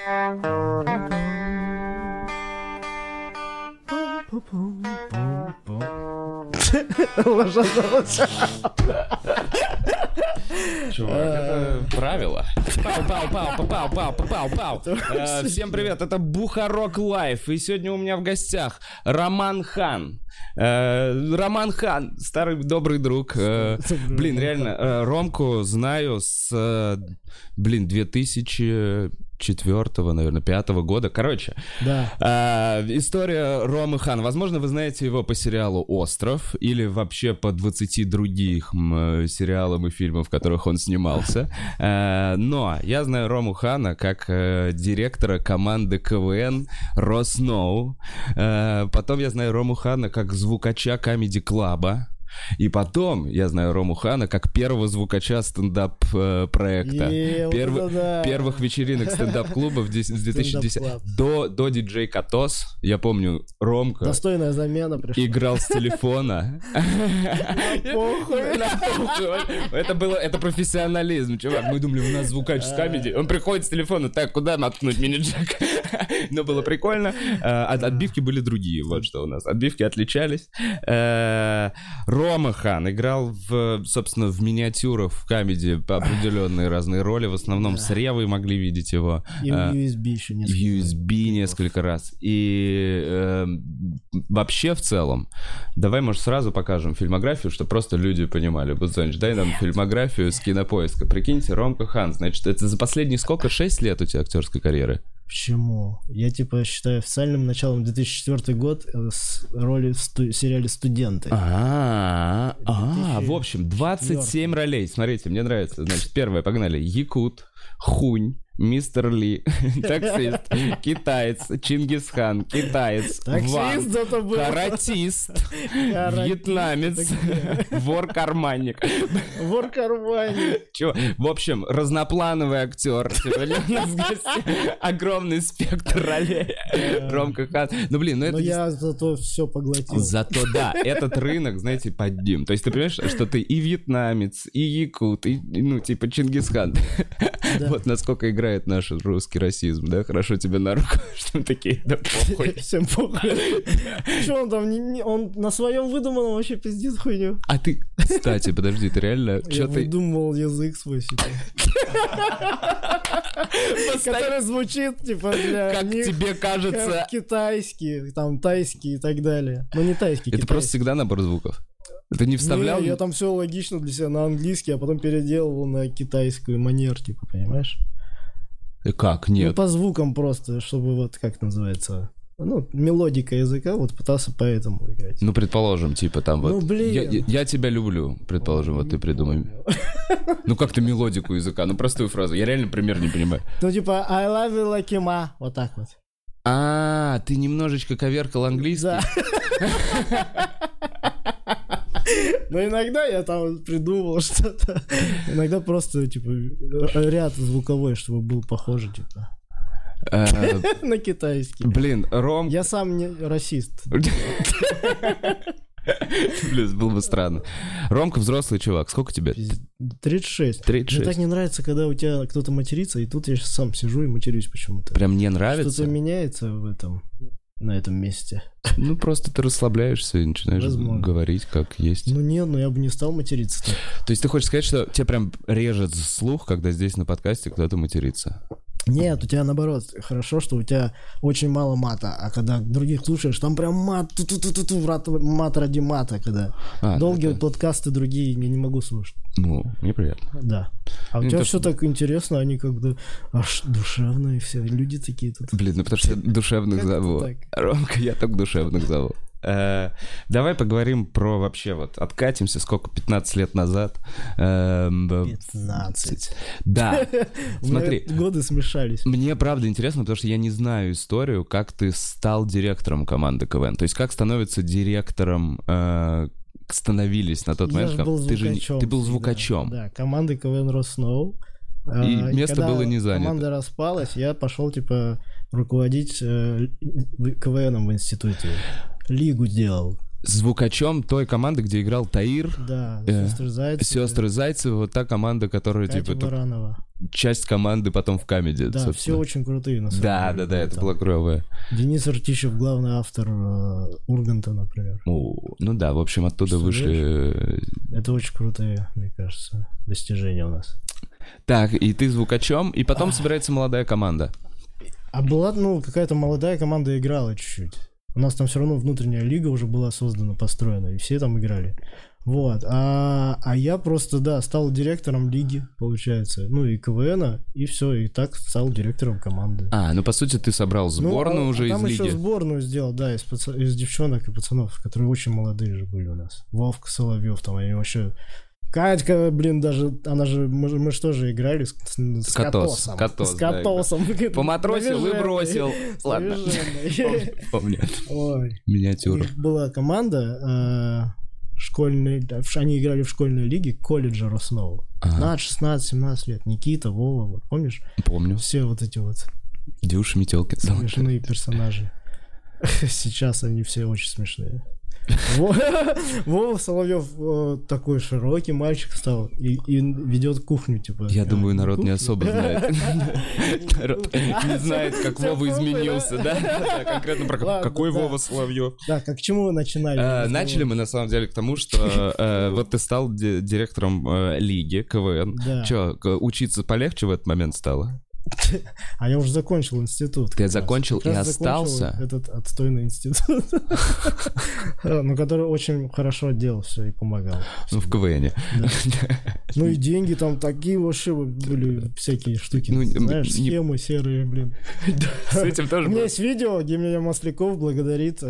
Чувак, это правило. Пау. Всем привет, это Бухарок Лайф. И сегодня у меня в гостях Роман Хан. Роман Хан, старый добрый друг. Блин, реально, Ромку знаю с, 2004-го, наверное, 5-го года. Короче, да. История Ромы Хана. Возможно, вы знаете его по сериалу «Остров» или вообще по 20 других сериалам и фильмам, в которых он снимался. Но я знаю Рому Хана как директора команды КВН «Росноу». Потом я знаю Рому Хана как звукача Comedy Club'а. И потом я знаю Рому Хана как первого звукача стендап-проекта. Первых вечеринок стендап-клуба в 2010 до диджей Катос. Я помню, Ромка достойная замена пришла. Играл с телефона. Это профессионализм, чувак. Мы думали, у нас звукач с Comedy. Он приходит с телефона, так, куда наткнуть мини-джек? Но было прикольно. Отбивки были другие, вот что у нас. Отбивки отличались. Рома Хан играл собственно, в миниатюрах в Comedy по определенные разные роли. В основном с Ревой могли видеть его. И в USB еще несколько раз. И вообще в целом, давай, может, сразу покажем фильмографию, чтобы просто люди понимали. Будзонч, дай нам фильмографию с Кинопоиска. Прикиньте, Ромка Хан, значит, это за последние сколько? 6 лет у тебя актерской карьеры? Почему? Я, считаю официальным началом 2004 год с роли в сериале «Студенты». В общем, 27 ролей. Смотрите, мне нравится. Значит, первое, погнали. Якут, Хунь, Мистер Ли, таксист, китаец, Чингисхан, китаец, ван, каратист, вьетнамец, вор-карманник. Вор-карманник. Чего? В общем, разноплановый актер. Сегодня у нас в гостях огромный спектр ролей. Ромка Хан. Но я зато все поглотил. Зато, да, этот рынок, знаете, под ним. То есть ты понимаешь, что ты и вьетнамец, и якут, и, Чингисхан. Вот насколько играет наш русский расизм, да? Хорошо тебе на руку, что мы такие, да похуй. Всем похуй. Что он там, он на своем выдуманном вообще пиздит хуйню. А ты, кстати, подожди, ты реально... Я выдумал язык свой себе. Который звучит, для как них, тебе кажется... Как китайский, там, тайский и так далее. Но не тайский, это просто всегда набор звуков? Ты не вставлял? Я там все логично для себя на английский, а потом переделывал на китайскую манер, понимаешь? И как? Нет. По звукам просто, чтобы как называется... мелодика языка, пытался поэтому играть. Предположим, там я тебя люблю, предположим, ты придумай. Как-то мелодику языка, простую фразу. Я реально пример не понимаю. I love you like ma, вот так вот. Ты немножечко коверкал английский? Да. Но иногда я там придумал что-то. Иногда просто, ряд звуковой, чтобы был похоже, на китайский. Блин, Ром... Я сам не расист. Блин, было бы странно. Ромка взрослый чувак. Сколько тебе? 36. Мне так не нравится, когда у тебя кто-то матерится, и тут я сейчас сам сижу и матерюсь почему-то. Прям не нравится? Что-то меняется на этом месте. Просто ты расслабляешься и начинаешь говорить как есть. Нет, я бы не стал материться так. То есть ты хочешь сказать, что тебе прям режет слух, когда здесь на подкасте кто-то матерится? Нет, у тебя наоборот. Хорошо, что у тебя очень мало мата, а когда других слушаешь, там прям мат, мат ради мата, когда долгие подкасты другие не могу слушать. Мне приятно. Да. А у тебя все так интересно, они как-то аж душевные все, люди такие тут. Блин, потому что я душевных зову. Ромка, я только душевных зову. Давай поговорим про вообще откатимся, сколько, 15 лет назад. 15. Да, смотри. Годы смешались. Мне правда интересно, потому что я не знаю историю, как ты стал директором команды КВН. То есть как становится директором, становились на тот момент. Ты был звукачом. Да, команды КВН «Росноу». И место было не занято. Команда распалась, я пошел руководить КВНом в институте. Лигу делал. Звукачом той команды, где играл Таир. Да, Сестры Зайцевы. Вот та команда, которая Катя Баранова. часть команды потом в Камеди, Да, собственно. все очень крутые, на самом деле. Да, это было клевое. Денис Артищев, главный автор Урганта, например. Ну да, в общем, оттуда вышли... Это очень крутые, мне кажется, достижения у нас. Так, и ты звукачом, и потом собирается молодая команда. А была, какая-то молодая команда играла чуть-чуть. У нас там все равно внутренняя лига уже была создана, построена, и все там играли. Вот. А я просто, стал директором лиги, получается. И КВНа, и все, и так стал директором команды. По сути, ты собрал сборную уже из лиги. Там еще сборную сделал, из девчонок и пацанов, которые очень молодые же были у нас. Вовка Соловьев, там они вообще... Катька, даже, она же, мы что же играли с Катосом. С Катосом. Поматросил и бросил. Ладно, помню. Миниатюру. У них была команда школьная, они играли в школьной лиге колледжа Роснова. На 16-17 лет. Никита, Вова, вот помнишь? Помню. Все вот эти вот Дюши, метелки. Смешные персонажи. Сейчас они все очень смешные. Вова Соловьев такой широкий мальчик стал и ведет кухню, типа. Я думаю, народ не особо знает. Народ не знает, как Вова изменился, да? Конкретно про какой Вова Соловьев. Да, к чему вы начинали? Начали мы, на самом деле, к тому, что вот ты стал директором лиги КВН. Че, учиться полегче в этот момент стало? А я уже закончил институт. Ты закончил и остался? Этот отстойный институт. Который очень хорошо делал все и помогал. В КВНе. И деньги там такие вообще были, всякие штуки. Знаешь, схемы серые, блин. С этим тоже. У меня есть видео, где меня Масляков благодарит,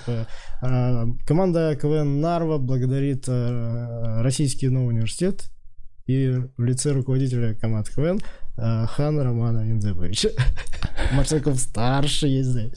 команда КВН Нарва благодарит Российский новый университет и в лице руководителя команды КВН Хана Романа Индзебовича. Масляков старший есть здесь.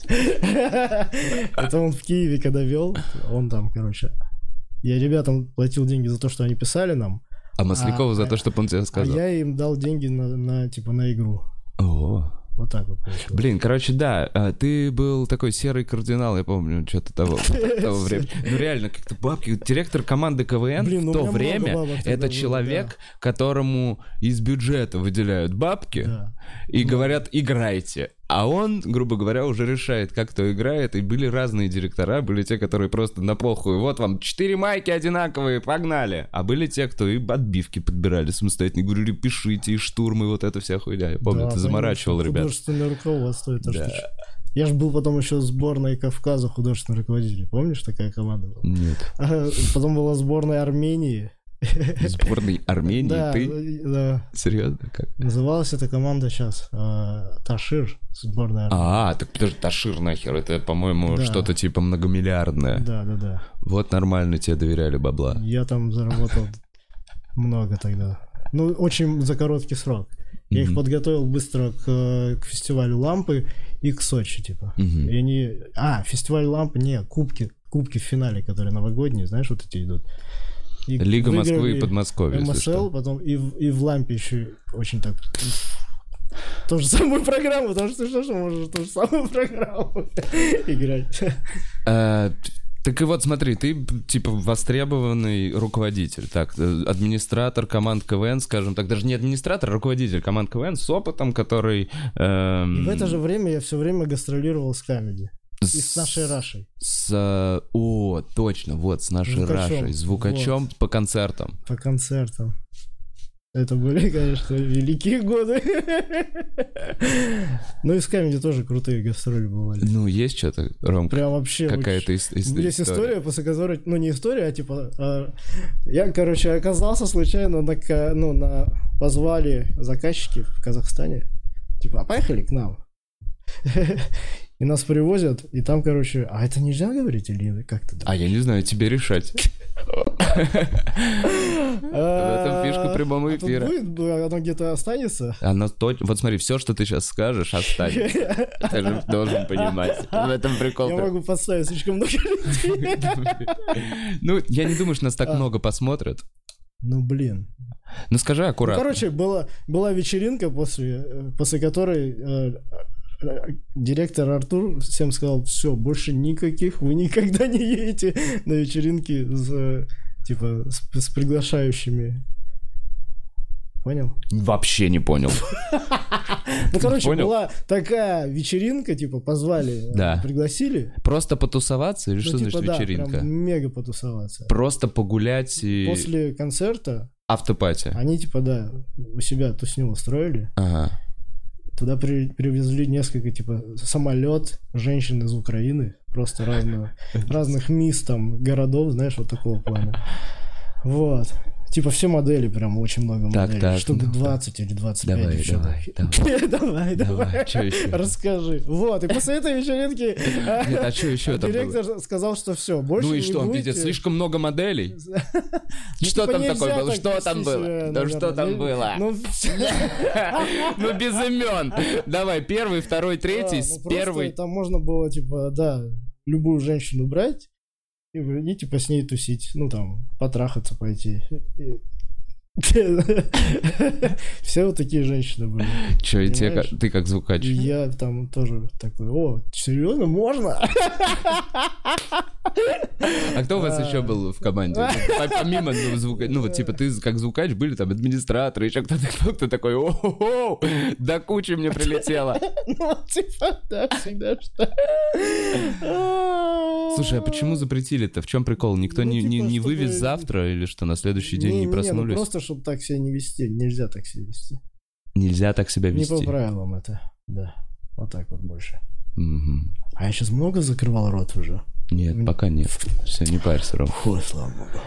Это он в Киеве когда вел, он там, я ребятам платил деньги за то, что они писали нам. А Маслякову за то, чтобы он тебе сказал? А я им дал деньги на игру. О. Вот так вот получилось. Блин, ты был такой серый кардинал, я помню, что-то того времени. Реально, как-то бабки. Директор команды КВН в то время это человек, которому из бюджета выделяют бабки и говорят, играйте. А он, грубо говоря, уже решает, как кто играет. И были разные директора. Были те, которые просто на похуй. Вот вам 4 майки одинаковые, погнали. А были те, кто и отбивки подбирали самостоятельно. И говорили, пишите, и штурмы, вот эта вся хуйня. Я помню, ты заморачивал ребят. Художественное руководство, это что? Я же был потом еще в сборной Кавказа художественный руководитель. Помнишь, такая команда была? Нет. Потом была сборная Армении. Сборной Армении? Да, ты? Да. Серьезно? Как? Называлась эта команда сейчас Ташир, сборная Армении. Так подожди, Ташир нахер, это, по-моему, что-то типа многомиллиардное. Да. Вот нормально тебе доверяли бабла. Я там заработал много тогда. Очень за короткий срок. Я их подготовил быстро к фестивалю Лампы и к Сочи, типа. И они... фестиваль Лампы, кубки в финале, которые новогодние, знаешь, вот эти идут. И Лига Москвы и Подмосковья, МСЛ, потом и в Лампе еще очень так... Ту же самую программу, потому что ты можешь ту же самую программу играть. Так и вот смотри, ты типа востребованный руководитель, так, администратор команд КВН, скажем так, даже не администратор, а руководитель команд КВН с опытом, который... И в это же время я все время гастролировал с Камеди. И с нашей Рашей. Точно, вот, с нашей Рашей, звукачом по концертам. По концертам. Это были, конечно, великие годы. И с Камеди тоже крутые гастроли бывали. Есть что-то, Ром? Прям вообще. Какая-то история. Есть история, после которой... не история, а типа... Я, оказался случайно позвали заказчики в Казахстане. Типа, поехали к нам. И нас привозят, и там, а это нельзя говорить или как-то? Я не знаю, тебе решать. В этом фишка прямого эфира. Оно где-то останется? Вот смотри, все, что ты сейчас скажешь, останется. Ты же должен понимать. В этом прикол. Я могу подставить слишком много людей. Я не думаю, что нас так много посмотрят. Блин. Скажи аккуратно. Была вечеринка, после которой... Директор Артур всем сказал: все, больше никаких, вы никогда не едете на вечеринки с приглашающими. Понял? Вообще не понял. Ну, короче, Понял? была такая вечеринка, типа, позвали, Да. пригласили. Просто потусоваться или Ну, что типа, значит да, вечеринка? прям мега потусоваться. Просто погулять и После концерта автопати. они, типа, да, у себя тусню устроили. Ага. Туда привезли несколько, типа, самолет женщин из Украины. Просто разных мисс там, городов, знаешь, вот такого плана. Вот. Типа все модели, прям очень много Так, моделей. так, Штук ну, 20 или 25 Давай, девчонок. Давай. Чё ещё? Расскажи. Вот, и после этой вечеринки Нет, а что еще там было? директор сказал, что все, больше Ну и не что, он будете. видит слишком много моделей? Ну, Что типа, там нельзя такое было? так Что там вести было? себя, Да что там наверное. было? Ну, Ну без имен. Давай, первый, второй, третий, ну, просто первый. там можно было, типа, да, любую женщину брать и типа, с ней тусить. Ну, там, потрахаться пойти. Все вот такие женщины были. Че, и тебе Понимаешь? ты как звукач? И я там тоже такой, о, серьезно, можно? А кто у вас еще был в команде? Помимо звука, ну вот типа ты как звукач, были там администраторы, еще кто-то такой, о-хо-хо, до кучи мне прилетело. Ну, типа, да, всегда что. Слушай, а почему запретили-то? В чем прикол? Никто Ну, не типа, вывез чтобы- завтра или что, на следующий день не Ну, проснулись? просто, чтобы так себя не вести. Нельзя так себя вести. Нельзя так себя Не по вести. правилам это, да. Вот так вот больше. Мгм. А я сейчас много закрывал рот уже. Нет, пока нет. Все, не парься, Ром. Ой, слава богу.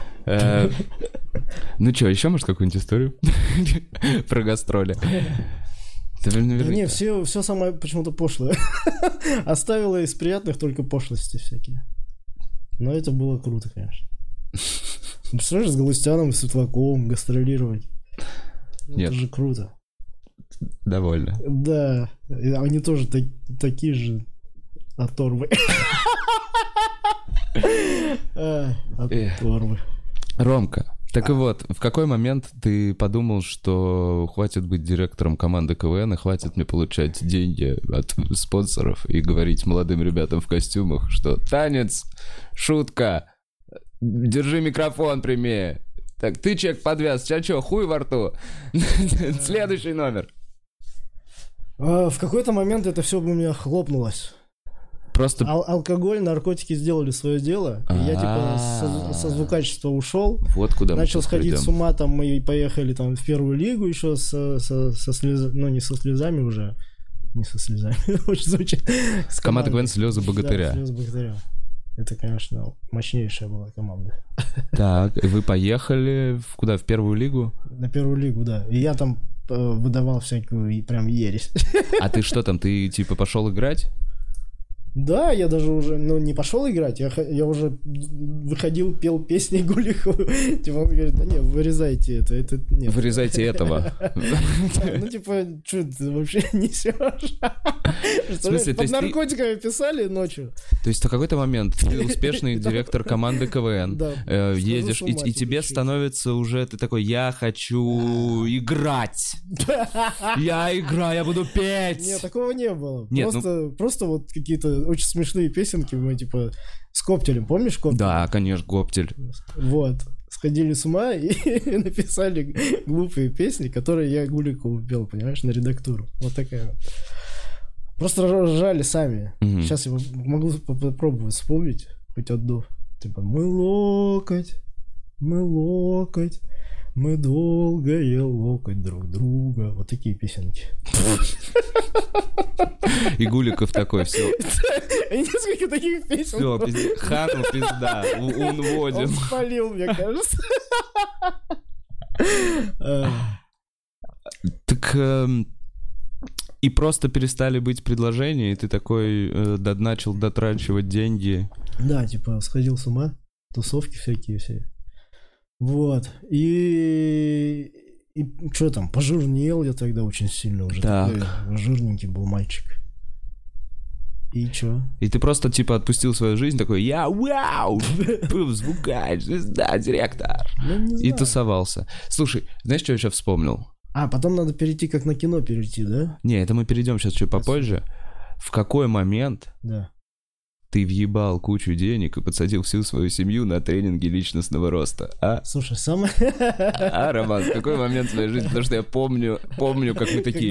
Ну что, еще, может, какую-нибудь историю про гастроли? Да, Да наверняка. не, все самое почему-то пошлое. Оставила из приятных только пошлости всякие. Но это было круто, конечно. Представляешь, с Галустяном и Светлаковым гастролировать? Нет. Это же круто. Довольно. Да, и они тоже такие же оторвы. Оторвы. Ромка, так и вот, в какой момент ты подумал, что хватит быть директором команды КВН, и хватит мне получать деньги от спонсоров и говорить молодым ребятам в костюмах, что танец, шутка, держи микрофон прямее. Так, ты чек подвяз, сейчас что, хуй во рту? Следующий номер. В какой-то момент это все у меня хлопнулось. Просто... Алкоголь, наркотики сделали свое дело. И я типа со звукачества ушел. Вот куда мы Начал сейчас сходить придем. с ума, там мы поехали там в первую лигу еще со слезами, ну не со слезами уже, не со слезами, очень звучит. С Команда командой. КВН «Слезы богатыря». Да, «Слезы богатыря». Это, конечно, мощнейшая была команда. Так, и вы поехали куда, в первую лигу? На первую лигу, да. И я там выдавал всякую прям ересь. А ты что там, ты типа пошел играть? Да, я даже уже, не пошел играть, я уже выходил, пел песни Гулиху. Типа он говорит, да не, вырезайте это нет. Вырезайте этого. Ну, типа, что ты вообще несешь? В смысле, то под есть ты- наркотиками писали ночью? То есть в какой-то момент ты успешный директор команды КВН, Да, едешь, схожу с ума и тебе чуть-чуть. становится уже, ты такой, я хочу играть. Я играю, я буду петь. Нет, такого не было. Нет, Просто вот какие-то очень смешные песенки мы, типа, с Коптелем, помнишь Коптель? Да, конечно, Гоптель. Вот. Сходили с ума и написали глупые песни, которые я Гуликову пел, понимаешь, на редактуру. Вот такая вот. Просто ржали сами. Мгм. Сейчас я могу попробовать вспомнить хоть одну. Типа, мы локоть, мы долгое локоть друг друга. Вот такие песенки. И Гуликов такой, все, Несколько таких песен. все, хану пизда, Он уводим. спалил, мне кажется. Так и просто перестали быть предложения, и ты такой начал дотрачивать деньги. Да, типа, сходил с ума. Тусовки всякие все. Вот. И что там, пожирнел я тогда очень сильно уже. Так. Такой жирненький был мальчик. И чё? И ты просто, типа, отпустил свою жизнь, такой, я, вау, звукач, звезда, директор. Ну, не И знаю. тусовался. Слушай, знаешь, что я еще вспомнил? Потом надо перейти, как на кино перейти, да? Не, это мы перейдем сейчас чуть попозже. В какой момент Да. ты въебал кучу денег и подсадил всю свою семью на тренинги личностного роста, а? Слушай, самое... А, Роман, в какой момент в своей жизни? Потому что я помню, как мы такие,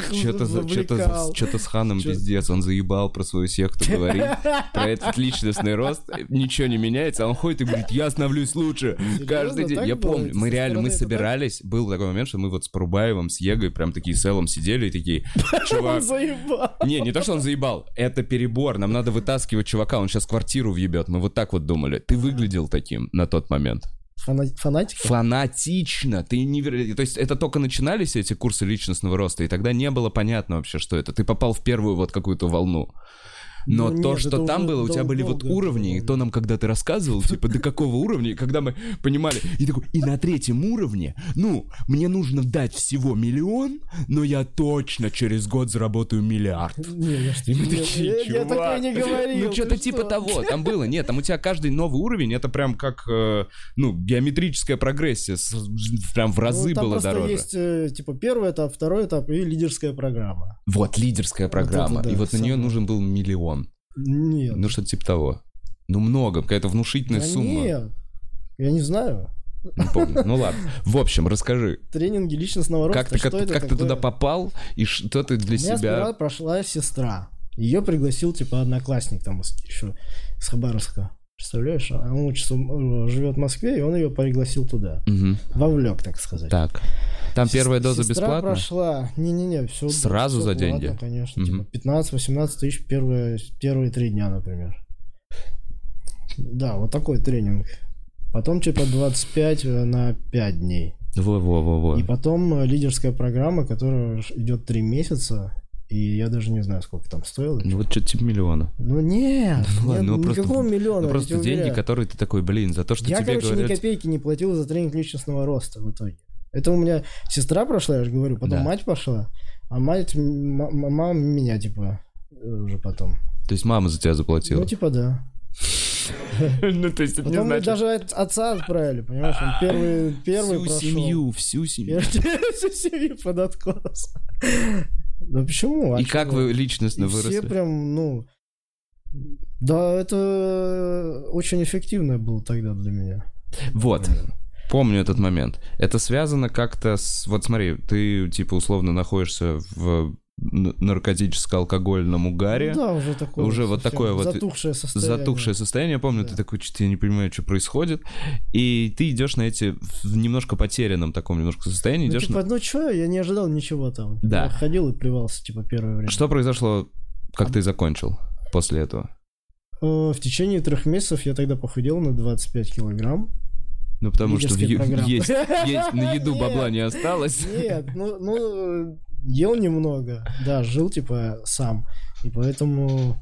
что-то с Ханом пиздец, он заебал про свою секту говорить, про этот личностный рост, ничего не меняется, а он ходит и говорит, я становлюсь лучше каждый день. Я помню, мы собирались, был такой момент, что мы вот с Порубаевым, с Егой прям такие с Эллом сидели и такие, чувак... Он заебал. Не то, что он заебал, это перебор, нам надо вытаскивать чувака, он сейчас квартиру въебет, мы вот так вот думали. Ты выглядел таким на тот момент. Фанатика? Фанатично, ты невероятно. То есть это только начинались эти курсы личностного роста, и тогда не было понятно вообще, что это. Ты попал в первую вот какую-то волну. Но то, что там было, у тебя были вот уровни, и то нам, когда ты рассказывал, типа, до какого уровня, и когда мы понимали, и такой, и на 3-м уровне, мне нужно дать всего 1 000 000, но я точно через год заработаю 1 000 000 000. И мы такие, я такое не говорил. Ну, что-то типа того, там было, нет, там у тебя каждый новый уровень, это прям как, геометрическая прогрессия, прям в разы было дороже. Там есть, типа, 1-й этап, 2-й этап и лидерская программа. Вот, лидерская программа, и вот на нее нужен был 1 000 000. Нет. Ну, что-то типа того. Много, какая-то внушительная сумма. Нет, я не знаю. Не помню. Ну ладно. В общем, расскажи. Тренинги личностного роста. Как ты туда попал, и что ты для себя... У меня сперва прошла сестра. Ее пригласил, типа, одноклассник там еще из Хабаровска. Представляешь? Он живет в Москве, и он ее пригласил туда. Вовлек, так сказать. Так. Там первая доза бесплатно? Сестра прошла. Не-не-не, все. Сразу все за платно, деньги? Конечно. Типа 15-18 тысяч первые 3 дня, например. Да, вот такой тренинг. Потом типа 25 на 5 дней. Во. И потом лидерская программа, которая идет 3 месяца. И я даже не знаю, сколько там стоило. Ну вот что-то типа 1 000 000. Ну нет, никакого 1 000 000. Просто деньги, которые ты такой, за то, что я, тебе говорят... ни копейки не платил за тренинг личностного роста в итоге. Это у меня сестра прошла, я же говорю, потом мать пошла, а мама меня, типа, уже потом. То есть мама за тебя заплатила? Ну, типа, да. Ну, то есть это не значит... мы даже отца отправили, понимаешь, он первый прошел. Всю семью. Всю семью под откос. Ну, почему? И как вы личностно выросли? Все прям, Да, это очень эффективно было тогда для меня. Вот. Помню этот момент. Это связано как-то с... Вот смотри, ты, типа, условно находишься в наркотическо-алкогольном угаре. Ну да, уже такое. Уже вот такое вот... Затухшее состояние. Я помню, ты такой, что-то я не понимаю, что происходит. И ты идешь на эти... В немножко потерянном таком немножко состоянии. Ну, типа, что? Я не ожидал ничего там. Да. Я ходил и плевался, типа, первое время. Что произошло, как ты закончил после этого? В течение 3 месяцев я тогда похудел на 25 килограмм. Ну, потому что есть на еду бабла не осталось. Нет, ел немного, да, жил, типа, сам. И поэтому...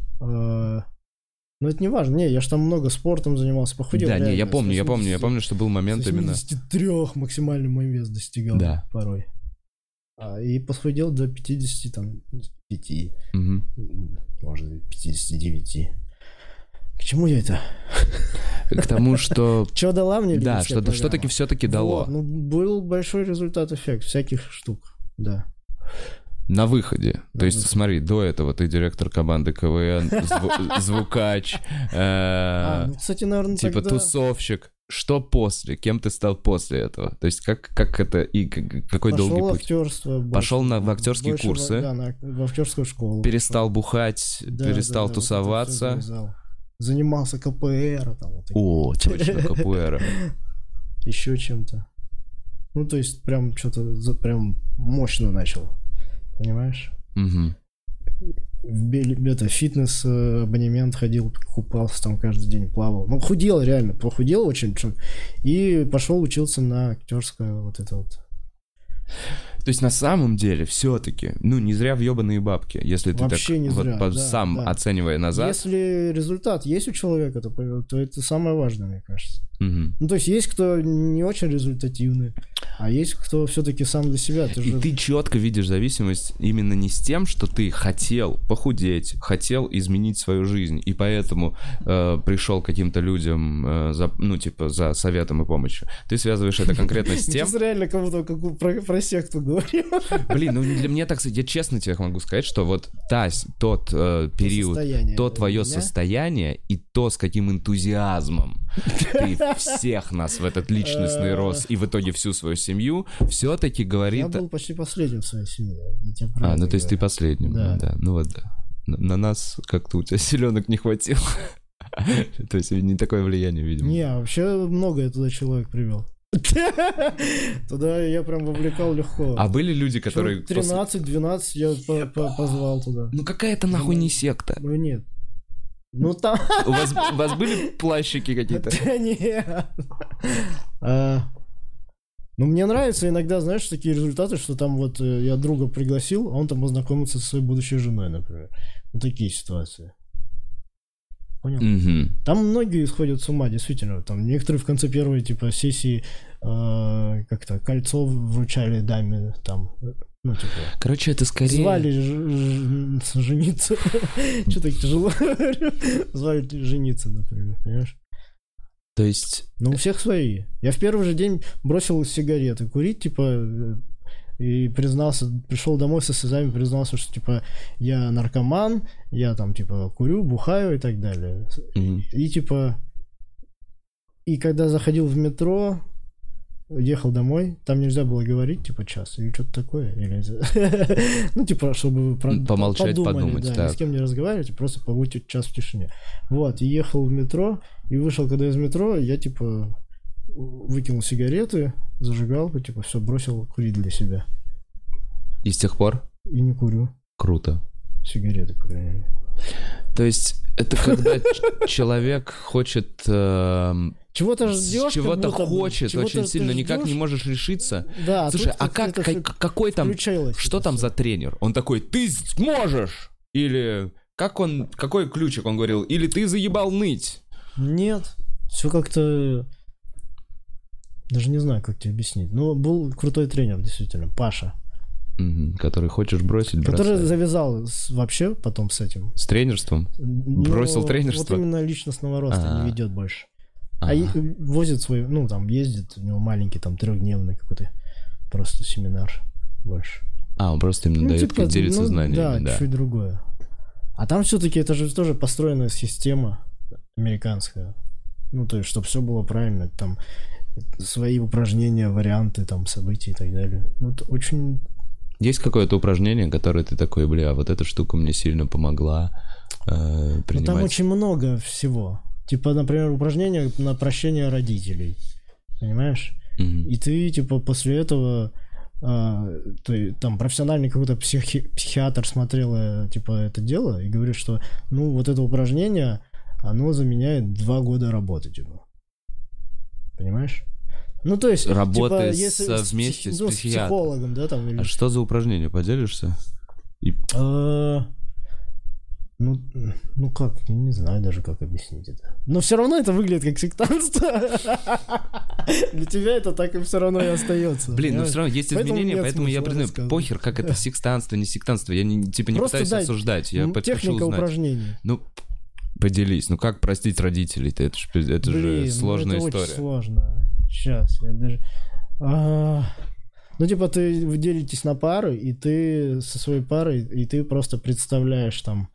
это не важно. Не, я ж там много спортом занимался, похудел. Да, реально, я помню, что был момент именно... 73 максимальный мой вес достигал порой. И похудел до 55. Может быть, 59. К чему я это? К тому, что... Что дала мне лидерская программа? Что-таки все-таки дало. Был большой результат, эффект всяких штук, да. На выходе. То есть, смотри, до этого ты директор команды КВН, звукач, кстати, наверное, типа тусовщик. Что после? Кем ты стал после этого? То есть, как это и какой долгий путь? Пошел в актерские курсы. Да, в актерскую школу. Перестал бухать, перестал тусоваться. Занимался КПР. О, точно, КПР. Еще чем-то. Ну, то есть, прям что-то прям мощно начал. Понимаешь? В фитнес абонемент ходил, купался там каждый день, плавал. Ну, худел реально, похудел очень. И пошел учился на актерское вот это вот. То есть на самом деле все-таки, не зря въебаные бабки, если ты вообще так не зря, вот сам оценивая назад. Если результат есть у человека, то это самое важное, мне кажется. Ну, то есть есть кто не очень результативный, а есть кто все-таки сам для себя. Ты четко видишь зависимость именно не с тем, что ты хотел похудеть, хотел изменить свою жизнь, и поэтому пришел к каким-то людям за советом и помощью. Ты связываешь это конкретно с тем... Ты реально кому-то про секту говорил. Блин, ну для меня так, я честно тебе могу сказать, что вот тот период, то твое состояние и то, с каким энтузиазмом ты всех нас в этот личностный рост и в итоге всю свою семью все-таки говорит... Я был почти последним в своей семье. Ну то есть ты последним. Да. Ну вот да. На нас как-то у тебя силенок не хватило. То есть не такое влияние, видимо. Не, вообще много я туда человек привел. Туда я прям вовлекал легко. А были люди, которые... 13-12 я позвал туда. Ну какая это нахуй не секта? Ну нет. Ну там... У вас были плащики какие-то? Да нет. Ну мне нравится иногда, знаешь, такие результаты, что там вот я друга пригласил, а он там познакомился со своей будущей женой, например. Вот такие ситуации. Понял? Там многие сходят с ума, действительно. Там некоторые в конце первой типа сессии как-то кольцо вручали даме там. Ну, типа, короче, это скорее... Звали жениться. Что так тяжело? Звали жениться, например, понимаешь? То есть... Ну, у всех свои. Я в первый же день бросил сигареты курить, типа, и признался, пришел домой со слезами, признался, что, типа, я наркоман, я там, типа, курю, бухаю и так далее. И, типа, и когда заходил в метро, ехал домой, там нельзя было говорить, типа, час или что-то такое. Или... ну, типа, чтобы помолчать, подумать. Да, ни с кем не разговаривать, просто побудьте час в тишине. Вот, и ехал в метро, и вышел, когда из метро, я, типа, выкинул сигареты, зажигалку, типа, все, бросил курить для себя. И с тех пор? И не курю. Круто. Сигареты, по крайней мере. То есть, это когда человек хочет... Чего-то ждешь, чего-то хочет очень сильно, никак не можешь решиться. Да, слушай, а какой там, что там за тренер? Он такой, ты сможешь! Или какой ключик он говорил? Или ты заебал ныть? Нет, все как-то... Даже не знаю, как тебе объяснить. Ну, был крутой тренер, действительно, Паша. Который хочешь бросить, бросай. Который завязал вообще потом с этим. С тренерством? Бросил тренерство? Вот именно личностного роста не ведет больше. Возит свой, ну, там, ездит, у него маленький, там, 3-дневный какой-то просто семинар больше. Он просто именно дает, как делиться знаниями. Да, чуть другое. А там все-таки это же тоже построенная система американская. Ну, то есть, чтобы все было правильно, там, свои упражнения, варианты, там, событий и так далее. Ну, это очень... Есть какое-то упражнение, которое ты такой, вот эта штука мне сильно помогла принимать? Ну, там очень много всего. Типа, например, упражнения на прощение родителей. Понимаешь? И ты, типа, после этого ты, там, профессиональный какой-то психиатр смотрел, типа, это дело и говорит, что, ну, вот это упражнение, оно заменяет 2 года работы, типа. Понимаешь? Ну, то есть, работы типа, если вместе с психологом, да, там. Или... А что за упражнение? Поделишься? Ну как, я не знаю даже, как объяснить это. Но все равно это выглядит как сектантство. Для тебя это так и все равно и остается. Блин, но все равно есть изменения, поэтому я признаю, похер, как это сектантство, не сектантство. Я не пытаюсь осуждать. Я хочу узнать. Упражнений. Ну, поделись. Ну как простить родителей-то? Это же сложная история. Это очень сложно. Сейчас, я даже... Ну, типа, вы делитесь на пары, и ты со своей парой, и ты просто представляешь там,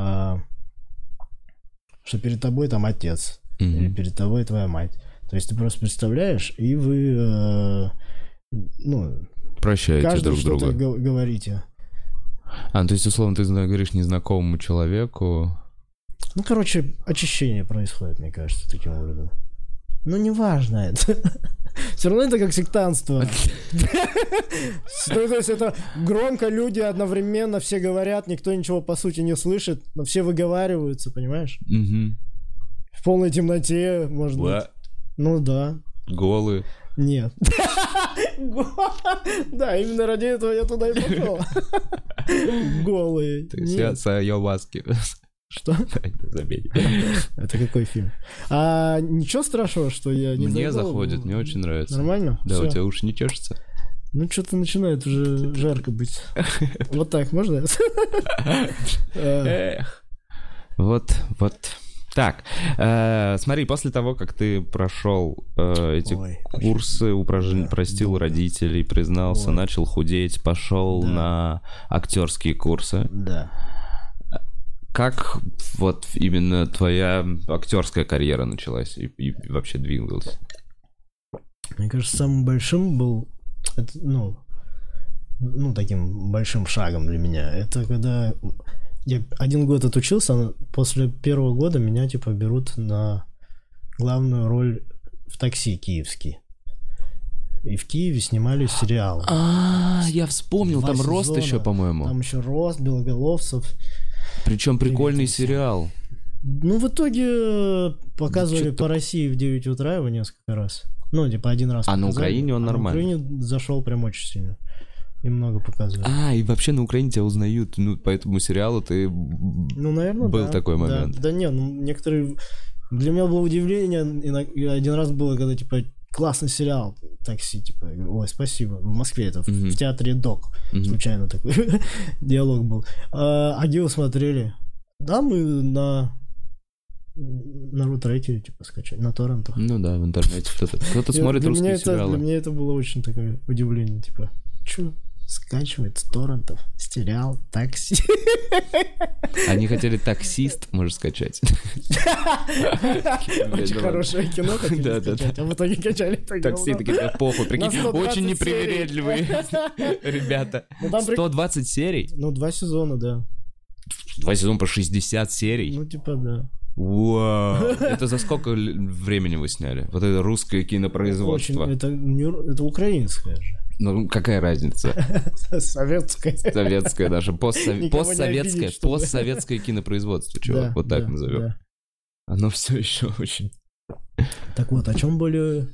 что перед тобой там отец, или перед тобой твоя мать. То есть ты просто представляешь, и вы, прощаете друг друга. Каждый что-то говорите. То есть, условно, ты говоришь незнакомому человеку... Ну, короче, очищение происходит, мне кажется, таким образом. Ну, неважно это. Все равно это как сектантство. То есть это громко люди одновременно все говорят, никто ничего по сути не слышит, но все выговариваются, понимаешь? В полной темноте, может быть. Ну да. Голые. Нет. Да, именно ради этого я туда и пошел. Голые. То есть я с айоваски. Что? Забей. Это какой фильм? А ничего страшного, что я не Мне зайду? заходит, мне очень нравится. Нормально? Да, Всё. у тебя уши не чешутся? Ну, что-то начинает уже жарко быть. Вот так, можно? Эх. Вот. Так, смотри, после того, как ты прошел эти Ой, курсы, да, простил долго. родителей, признался, Ой. начал худеть, пошел Да. на актерские курсы. Да. Как вот именно твоя актерская карьера началась и вообще двигалась? Мне кажется, самым большим был, таким большим шагом для меня, это когда я 1 год отучился, а после 1-го года меня, типа, берут на главную роль в «Такси» киевский. И в Киеве снимали сериал. Я вспомнил, 2 там «Рост» сезона. еще, по-моему. Там еще «Рост», «Белоголовцев». Причем прикольный Привет, сериал. Ну, в итоге показывали Что-то- по России в 9 утра его несколько раз. Ну, типа, 1 раз А на показали, Украине он а нормально? На Украине зашел прям очень сильно. И много показывали. И вообще на Украине тебя узнают, по этому сериалу ты... Ну, наверное, был да. такой момент. Да не, некоторые... Для меня было удивление, 1 раз было, когда, типа, классный сериал «Такси», типа, ой, спасибо. В Москве это, в театре «Док». Случайно такой диалог был. А где вы смотрели? Да, мы на рутреке, типа, скачали, на торрентах. Ну да, в интернете кто-то смотрит Для русские меня сериалы. Для меня это было очень такое удивление, типа, чё скачивает с торрентов сериал «Такси»? Они хотели «Таксист», можешь скачать. Очень хорошее кино хотели Да. скачать, а в итоге качали так Такси говно. такие, да похуй, прикинь, На 120 очень серий. непривередливые ребята. Ну, там 120 серий? 2 сезона, да. 2 сезона по 60 серий? Ну, типа, да. Вау. Это за сколько времени вы сняли? Вот это русское кинопроизводство. Очень, это украинское же. Ну, какая разница? Советское. Советское даже. Никого не обидеть, чтобы- Постсоветское кинопроизводство, чувак, вот так назовем. Да. Оно все еще очень... Так вот, о чем были...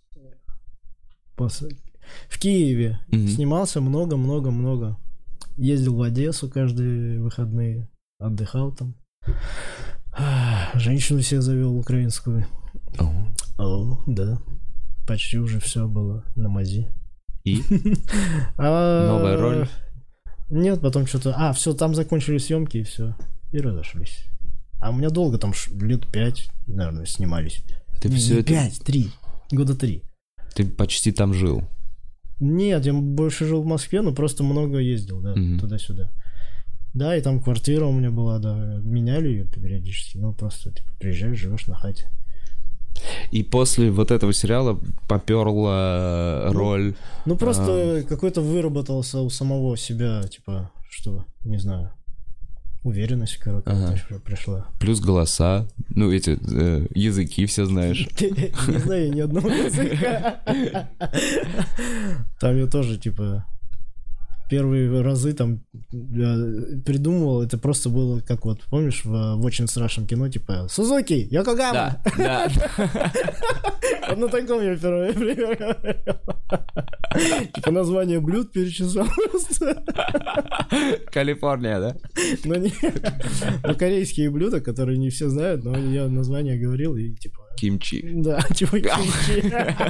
В Киеве снимался много-много-много. Ездил в Одессу каждые выходные, отдыхал там. Женщину себе завел украинскую. Да. Почти уже все было на мази. И? Новая роль? Нет, потом что-то... все, там закончили съемки и все. И разошлись. А у меня долго там, лет 5, наверное, снимались. Ты Не, все не это... 5, 3. Года 3. Ты почти там жил. Нет, я больше жил в Москве, но просто много ездил, да, туда-сюда. Да, и там квартира у меня была, да, меняли ее периодически, ну просто типа приезжаешь, живешь на хате. И после вот этого сериала поперла роль... Ну просто какой-то выработался у самого себя, типа, что, не знаю, уверенность, короче, пришла. Плюс голоса, ну эти языки все знаешь. Не знаю ни одного языка. Там я тоже, типа... Первые разы там придумывал, это просто было, как вот, помнишь, в очень страшном кино, типа, Сузуки, Йокогама! Да. Вот на таком я первый пример говорил. Типа название блюд перечислял просто. Калифорния, да? Но не... Ну, корейские блюда, которые не все знают, но я название говорил и типа... Кимчи. Да, типа кимчи.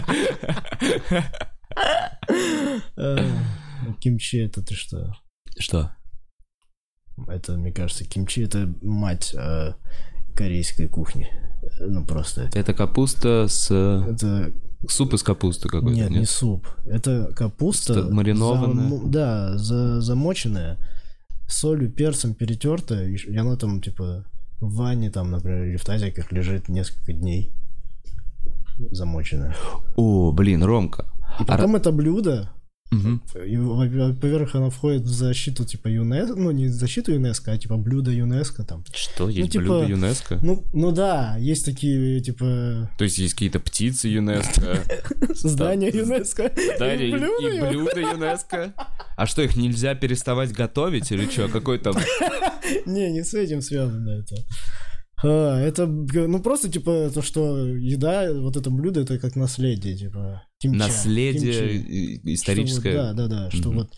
Кимчи, это ты что? Что? Это, мне кажется, кимчи — это мать корейской кухни. Ну, просто... Это капуста с... Это... Суп из капусты какой-то, Нет, не суп. Это капуста... Маринованная? Да, замоченная, солью, перцем перетертая, и она там, типа, в ванне, там, например, или в тазиках лежит несколько дней замоченная. О, блин, Ромка. И потом это блюдо... И, во-первых, она входит в защиту типа ЮНЕСКО, ну не в защиту ЮНЕСКО, а типа блюдо ЮНЕСКО там. Что, есть типа, блюдо ЮНЕСКО? Ну да, есть такие типа... То есть есть какие-то птицы ЮНЕСКО? Здания ЮНЕСКО. Здания и блюда ЮНЕСКО? А что, их нельзя переставать готовить или что? Какой там... Не с этим связано это. Это, ну просто типа то, что еда, вот это блюдо, это как наследие, типа кимча. Наследие историческое. Да, что вот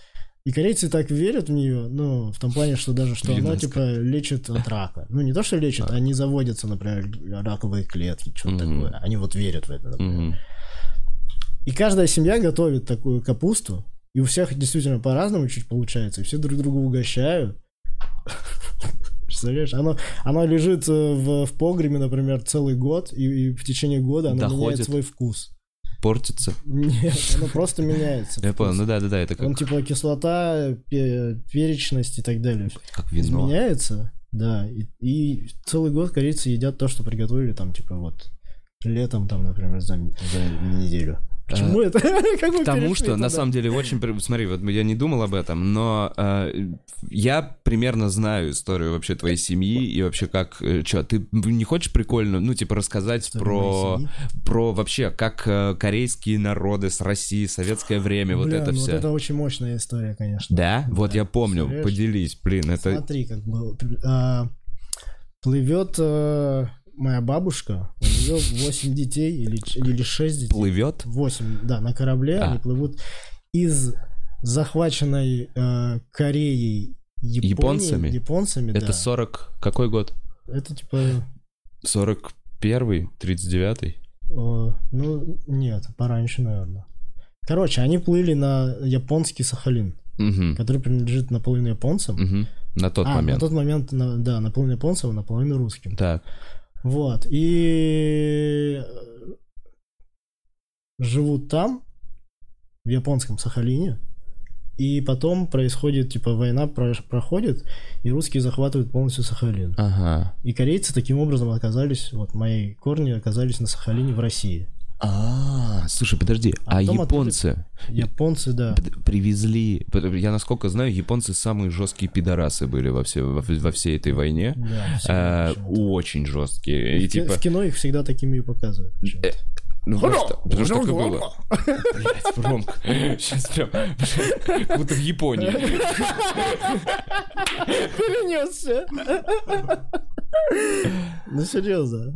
И корейцы так верят в нее, ну, в том плане, что даже, что она, типа, лечит от рака. Ну, не то, что лечит, они заводятся, например, раковые клетки, что-то такое. Они вот верят в это, например. И каждая семья готовит такую капусту, и у всех действительно по-разному чуть получается, и все друг друга угощают. Представляешь, она лежит в погребе, например, целый год, и в течение года она меняет свой вкус. Портится? Нет, оно просто меняется. Я понял, ну да, это как... Он типа кислота, перечность и так далее. Как вино. Изменяется, да, и целый год корейцы едят то, что приготовили там, типа вот, летом там, например, за неделю. Почему это? Потому что, на самом деле, очень... Смотри, вот я не думал об этом, но я примерно знаю историю вообще твоей семьи и вообще как... Что, ты не хочешь прикольно, ну, типа, рассказать про вообще, как корейские народы с Россией, советское время, вот это все? Вот это очень мощная история, конечно. Да? Вот я помню, поделись, блин, это... Смотри, как было. Плывет... Моя бабушка, у нее 8 детей или 6 детей. Плывет? 8, да, на корабле они плывут из захваченной Кореей японцами. Это да. 40... Какой год? Это типа... 41-й, 39-й? Ну, нет, пораньше, наверное. Короче, они плыли на японский Сахалин, который принадлежит наполовину японцам. На тот момент. На тот момент, да, наполовину японцам, наполовину русским. Так. Вот, и живут там, в японском Сахалине, и потом происходит, типа, война проходит, и русские захватывают полностью Сахалин. Ага. И корейцы таким образом оказались, вот мои корни оказались на Сахалине в России. Слушай, подожди, а японцы? Японцы, да. Привезли... Я, насколько знаю, японцы самые жесткие пидорасы были во всей этой войне. Да, очень жесткие. И, в кино их всегда такими и показывают. Ну, потому что так и было. Блять, Ромка, сейчас прям, как будто в Японии. Перенесся. Ну, серьезно.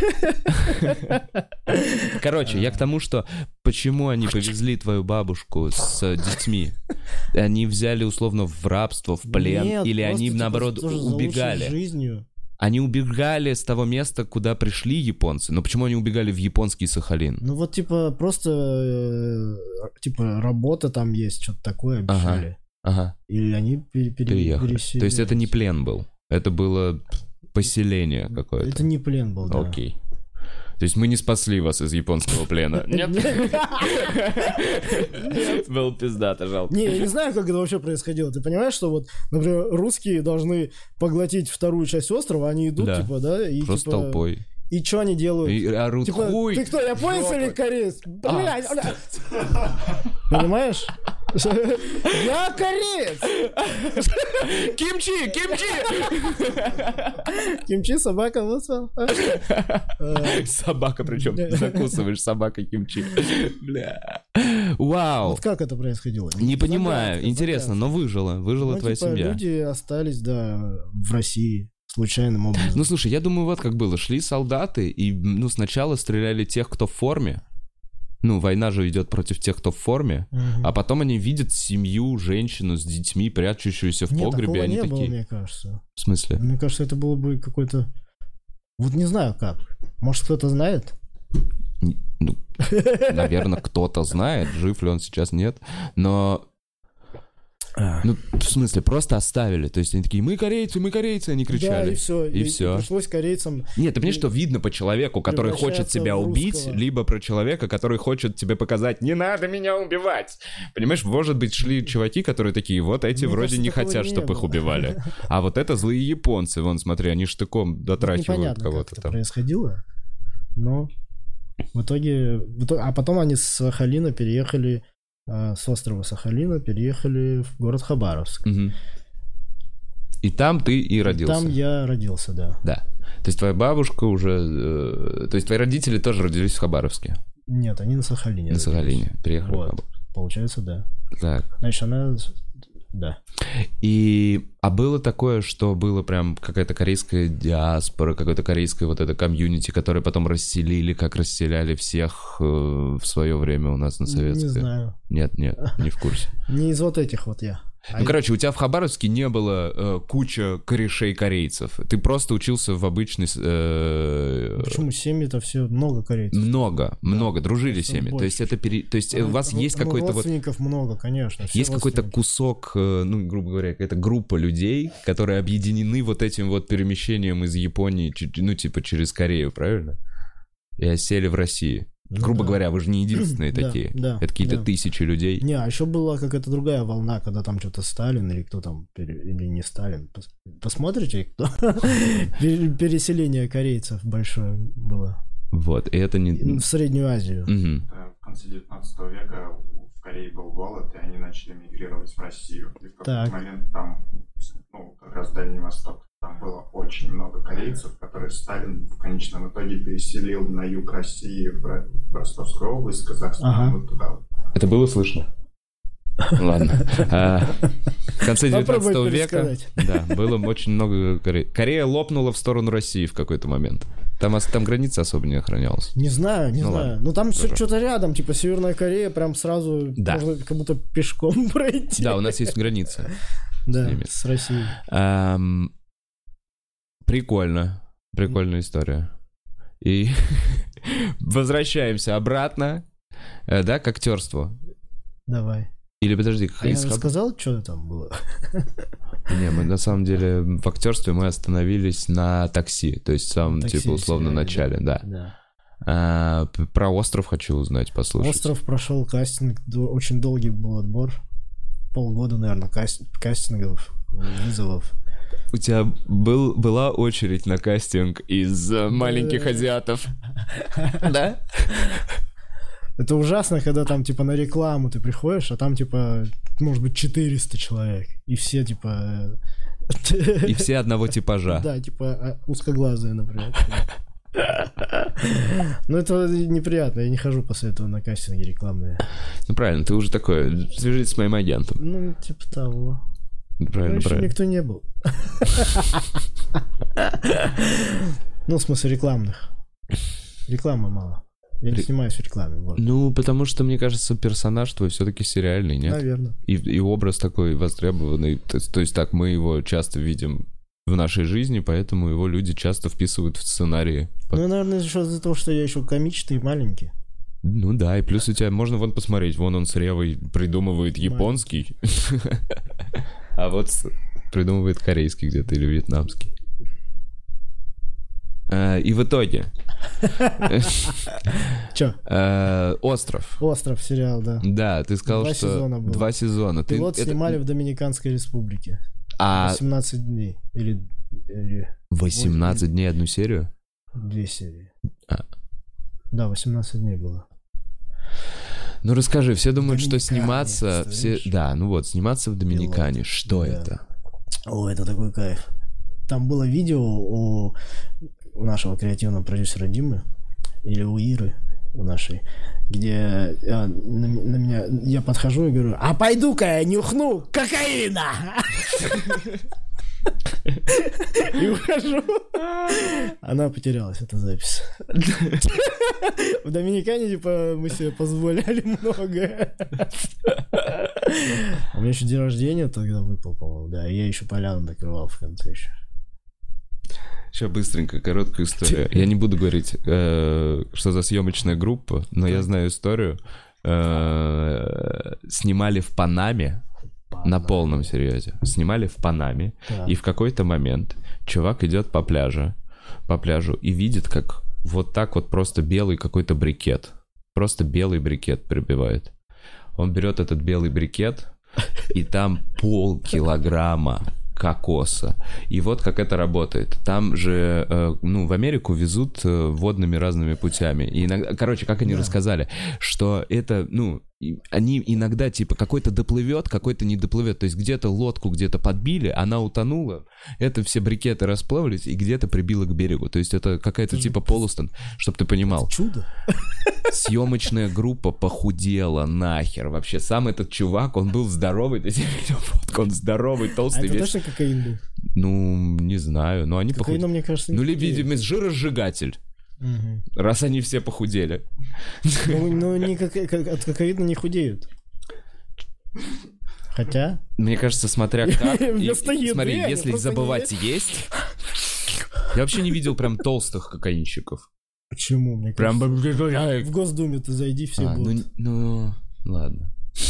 Короче, я к тому, что почему они повезли твою бабушку с детьми? Они взяли условно в рабство, в плен? Нет, или они, наоборот, убегали? Жизнью. Они убегали с того места, куда пришли японцы. Но почему они убегали в японский Сахалин? Ну вот, типа, просто, типа, работа там есть, что-то такое обещали. Ага. Или они переехали. То есть это не плен был? Это было поселение какое-то? Это не плен был, да. Окей. То есть мы не спасли вас из японского плена? Нет? Был пиздато, жалко. Не, я не знаю, как это вообще происходило. Ты понимаешь, что вот, например, русские должны поглотить вторую часть острова, они идут, типа, да? И, просто типа, толпой. И что они делают? И орут, типа, хуй! Ты кто, японец или кореец? Блядь, понимаешь? Я кореец! Кимчи! Кимчи, собака, вот что. Собака, причем закусываешь собакой кимчи. Бля. Вау. Вот как это происходило? Не понимаю. Интересно, но выжила твоя семья. Люди остались, да, в России. Случайным образом. Ну, слушай, я думаю, вот как было. Шли солдаты, и, ну, сначала стреляли тех, кто в форме. Ну, война же идет против тех, кто в форме. А потом они видят семью, женщину с детьми, прячущуюся в погребе. Нет, они такого не такие... было, мне кажется. В смысле? Мне кажется, это было бы какой-то... Вот не знаю как. Может, кто-то знает? Ну, наверное, кто-то знает, жив ли он сейчас, нет. Но... Ну, в смысле, просто оставили. То есть они такие, мы корейцы, они кричали. Да, и все. И все. Пришлось корейцам... Нет, ты понимаешь, что видно по человеку, который хочет тебя убить, либо про человека, который хочет тебе показать, не надо меня убивать. Понимаешь, может быть, шли чуваки, которые такие, вот эти вроде не хотят, чтобы их убивали. А вот это злые японцы, вон, смотри, они штыком дотрахивают кого-то там. Непонятно, как это происходило, но в итоге... А потом они с Сахалина переехали... С острова Сахалина переехали в город Хабаровск. И там ты и родился? Там я родился, да. Да. То есть твоя бабушка уже... То есть твои родители тоже родились в Хабаровске? Нет, они на Сахалине. На Сахалине. Приехали в Хабаровск. Получается, да. Так. Значит, она... Да. А было такое, что было прям какая-то корейская диаспора, какое-то корейское вот это комьюнити, которое потом расселили, как расселяли всех в свое время у нас на советской? Не знаю. Нет, не в курсе. Не из вот этих вот я. Ну, короче, у тебя в Хабаровске не было куча корешей-корейцев. Ты просто учился в обычной... Почему семьи-то все много корейцев? Много, дружили семьи. То есть это то есть у вас есть какой-то вот... Родственников много, конечно. Есть какой-то кусок, ну, грубо говоря, какая-то группа людей, которые объединены вот этим вот перемещением из Японии, ну, типа через Корею, правильно? И осели в России. Грубо говоря, вы же не единственные такие. Это какие-то тысячи людей. Не, а еще была какая-то другая волна, когда там что-то Сталин или кто там, или не Сталин. Посмотрите, кто? Переселение корейцев большое было. Вот, и это не... В Среднюю Азию. В конце 19 века в Корее был голод, и они начали мигрировать в Россию. И в какой-то момент там, ну, как раз Дальний Восток, там было очень много корейцев, которые Сталин в конечном итоге переселил на юг России, в Ростовскую область, Казахстан, вот туда. Это было слышно? Ладно. В конце 19 века было очень много Кореи. Корея лопнула в сторону России в какой-то момент. Там граница особо не охранялась. Не знаю. Ну там что-то рядом, типа Северная Корея, прям сразу можно как будто пешком пройти. Да, у нас есть граница. Да, с Россией. Прикольная история. И возвращаемся обратно, да, к актерству. Давай. Или подожди, я рассказал, что там было? Не, мы на самом деле в актерстве мы остановились на такси, то есть в самом, типа, условно, начале, да. Про «Остров» хочу узнать, послушать. «Остров» прошел кастинг, очень долгий был отбор, полгода, наверное, кастингов, вызовов. У тебя была очередь на кастинг из «Маленьких азиатов», да? Это ужасно, когда там, типа, на рекламу ты приходишь, а там, типа, может быть, 400 человек. И все, типа... И все одного типажа. Да, типа, узкоглазые, например. Ну, это неприятно, я не хожу после этого на кастинги рекламные. Ну, правильно, ты уже такой, свяжись с моим агентом. Ну, типа того. Правильно, правильно. Никто не был. Ну, в смысле, рекламных. Рекламы мало. Я не снимаюсь в рекламе. Вот. Ну, потому что, мне кажется, персонаж твой все-таки сериальный, нет? Наверное. И образ такой востребованный. То есть так мы его часто видим в нашей жизни, поэтому его люди часто вписывают в сценарии. Ну, наверное, еще из-за того, что я еще комичный и маленький. Ну да, и плюс у тебя можно вон посмотреть, вон он с Ревой придумывает японский, а вот придумывает корейский где-то или вьетнамский. И в итоге... Чё? «Остров». «Остров» сериал, да. Да, ты сказал, что... 2 сезона было. 2 сезона. Пилот снимали в Доминиканской республике. 18 дней. Или 18 дней одну серию? 2 серии. Да, 18 дней было. Ну расскажи, все думают, что сниматься... Да, ну вот, сниматься в Доминикане. Пилот. Что это? О, это такой кайф. Там было видео у нашего креативного продюсера Димы, или у Иры, у нашей, где на меня, я подхожу и говорю: а пойду-ка я нюхну кокаина! И ухожу. Она потерялась, эта запись. В Доминикане, типа, мы себе позволяли многое. У меня еще день рождения тогда выпал, по-моему, да, и я еще поляну накрывал в конце еще. Сейчас быстренько, короткая история. Я не буду говорить, что за съемочная группа, но я знаю историю. Снимали в Панаме, на полном серьезе. Снимали в Панаме, и в какой-то момент чувак идет по пляжу и видит, как вот так вот просто белый какой-то брикет. Просто белый брикет прибивает. Он берет этот белый брикет, и там полкилограмма кокоса. И вот как это работает. Там же, в Америку везут водными разными путями. И иногда, короче, как они рассказали, что это, они иногда, типа, какой-то доплывет, какой-то не доплывет. То есть где-то лодку где-то подбили, она утонула, это все брикеты расплавились и где-то прибило к берегу. То есть это какая-то типа полустон, чтобы ты понимал. Это чудо. Съемочная группа похудела нахер. Вообще, сам этот чувак, он был здоровый. Ты видел фотку? Он здоровый, толстый. А это точно кокаин был? Ну, не знаю. Но они кокаином, мне кажется, не видимо, жиросжигатель. Раз они все похудели. Ну, от кокаина не худеют. Хотя... Мне кажется, смотря как... Вместо еды Смотри, они если просто забывать есть... Я вообще не видел прям толстых кокаинщиков. Почему? Мне Прям... кажется, в Госдуме ты зайди, все будут. Ну, ладно.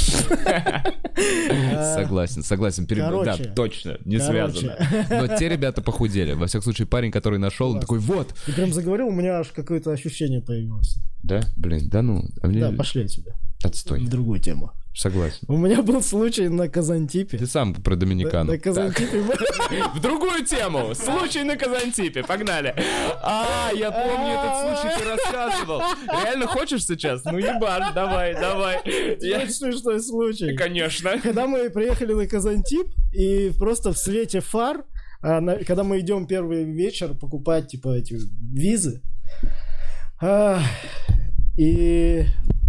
Согласен. Да, точно, не связано. Но те ребята похудели. Во всяком случае, парень, который нашел, он такой, вот. Ты прям заговорил, у меня аж какое-то ощущение появилось. Да? Блин, да ну. Да, пошли отсюда. Отстой. В другую тему. Согласен. У меня был случай на Казантипе. Ты сам про Доминикану. На Казантипе. В другую тему. Случай на Казантипе. Погнали. Я помню этот случай, ты рассказывал. Реально хочешь сейчас? Ну ебашь, давай. Очень смешной случай. Конечно. Когда мы приехали на Казантип, и просто в свете фар, когда мы идем первый вечер покупать, типа, эти визы, и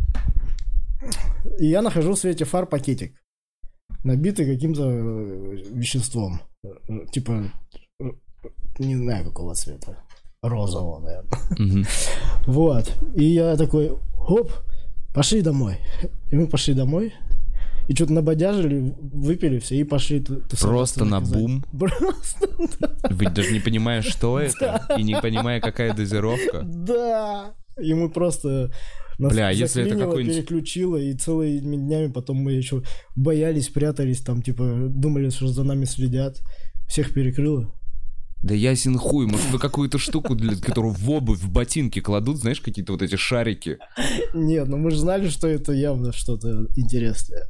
я нахожу в свете фар пакетик, набитый каким-то веществом. Типа, не знаю какого цвета. Розового, наверное. Вот. И я такой, хоп, пошли домой. И мы пошли домой. И что-то набодяжили, выпили все и пошли. Просто на бум? Просто, да. Вы даже не понимая, что это, и не понимая, какая дозировка? Да. И мы просто... Нас если это какой-нибудь... переключило, и целыми днями потом мы еще боялись, прятались, там, типа, думали, что за нами следят. Всех перекрыло. Да ясен хуй, может, вы какую-то штуку, для которую в обувь, в ботинки кладут, знаешь, какие-то вот эти шарики? Нет, ну мы же знали, что это явно что-то интересное.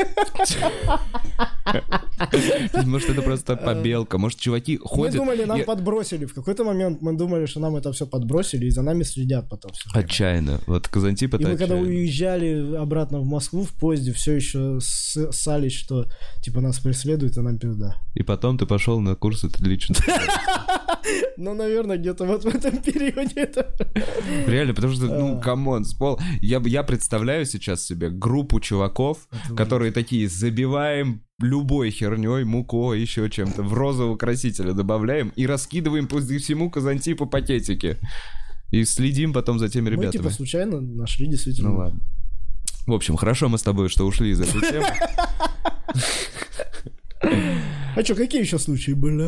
Может, это просто побелка, может, чуваки ходят... Мы думали, нам подбросили, в какой-то момент мы думали, что нам это все подбросили, и за нами следят потом. Отчаянно, вот Казантип это и мы отчаянно. когда уезжали обратно в Москву в поезде, все еще ссались, что типа нас преследуют, и нам пизда. И потом ты пошел на курсы лично. Ну, наверное, где-то вот в этом периоде это... Реально, потому что, ну, камон, я представляю сейчас себе группу чуваков, которые такие, забиваем любой херней, мукой, еще чем-то, в розового красителя добавляем и раскидываем по всему Казантипу пакетики. И следим потом за теми ребятами. Мы, типа, случайно нашли, действительно. Ну, ладно. В общем, хорошо мы с тобой, что ушли из этой темы. А что, какие еще случаи были?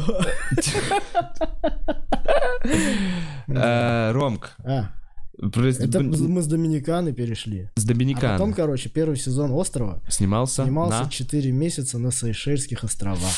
Ромк. Это мы с Доминиканы перешли. С Доминиканы. А потом, короче, первый сезон «Острова» снимался 4 месяца на Сейшельских островах.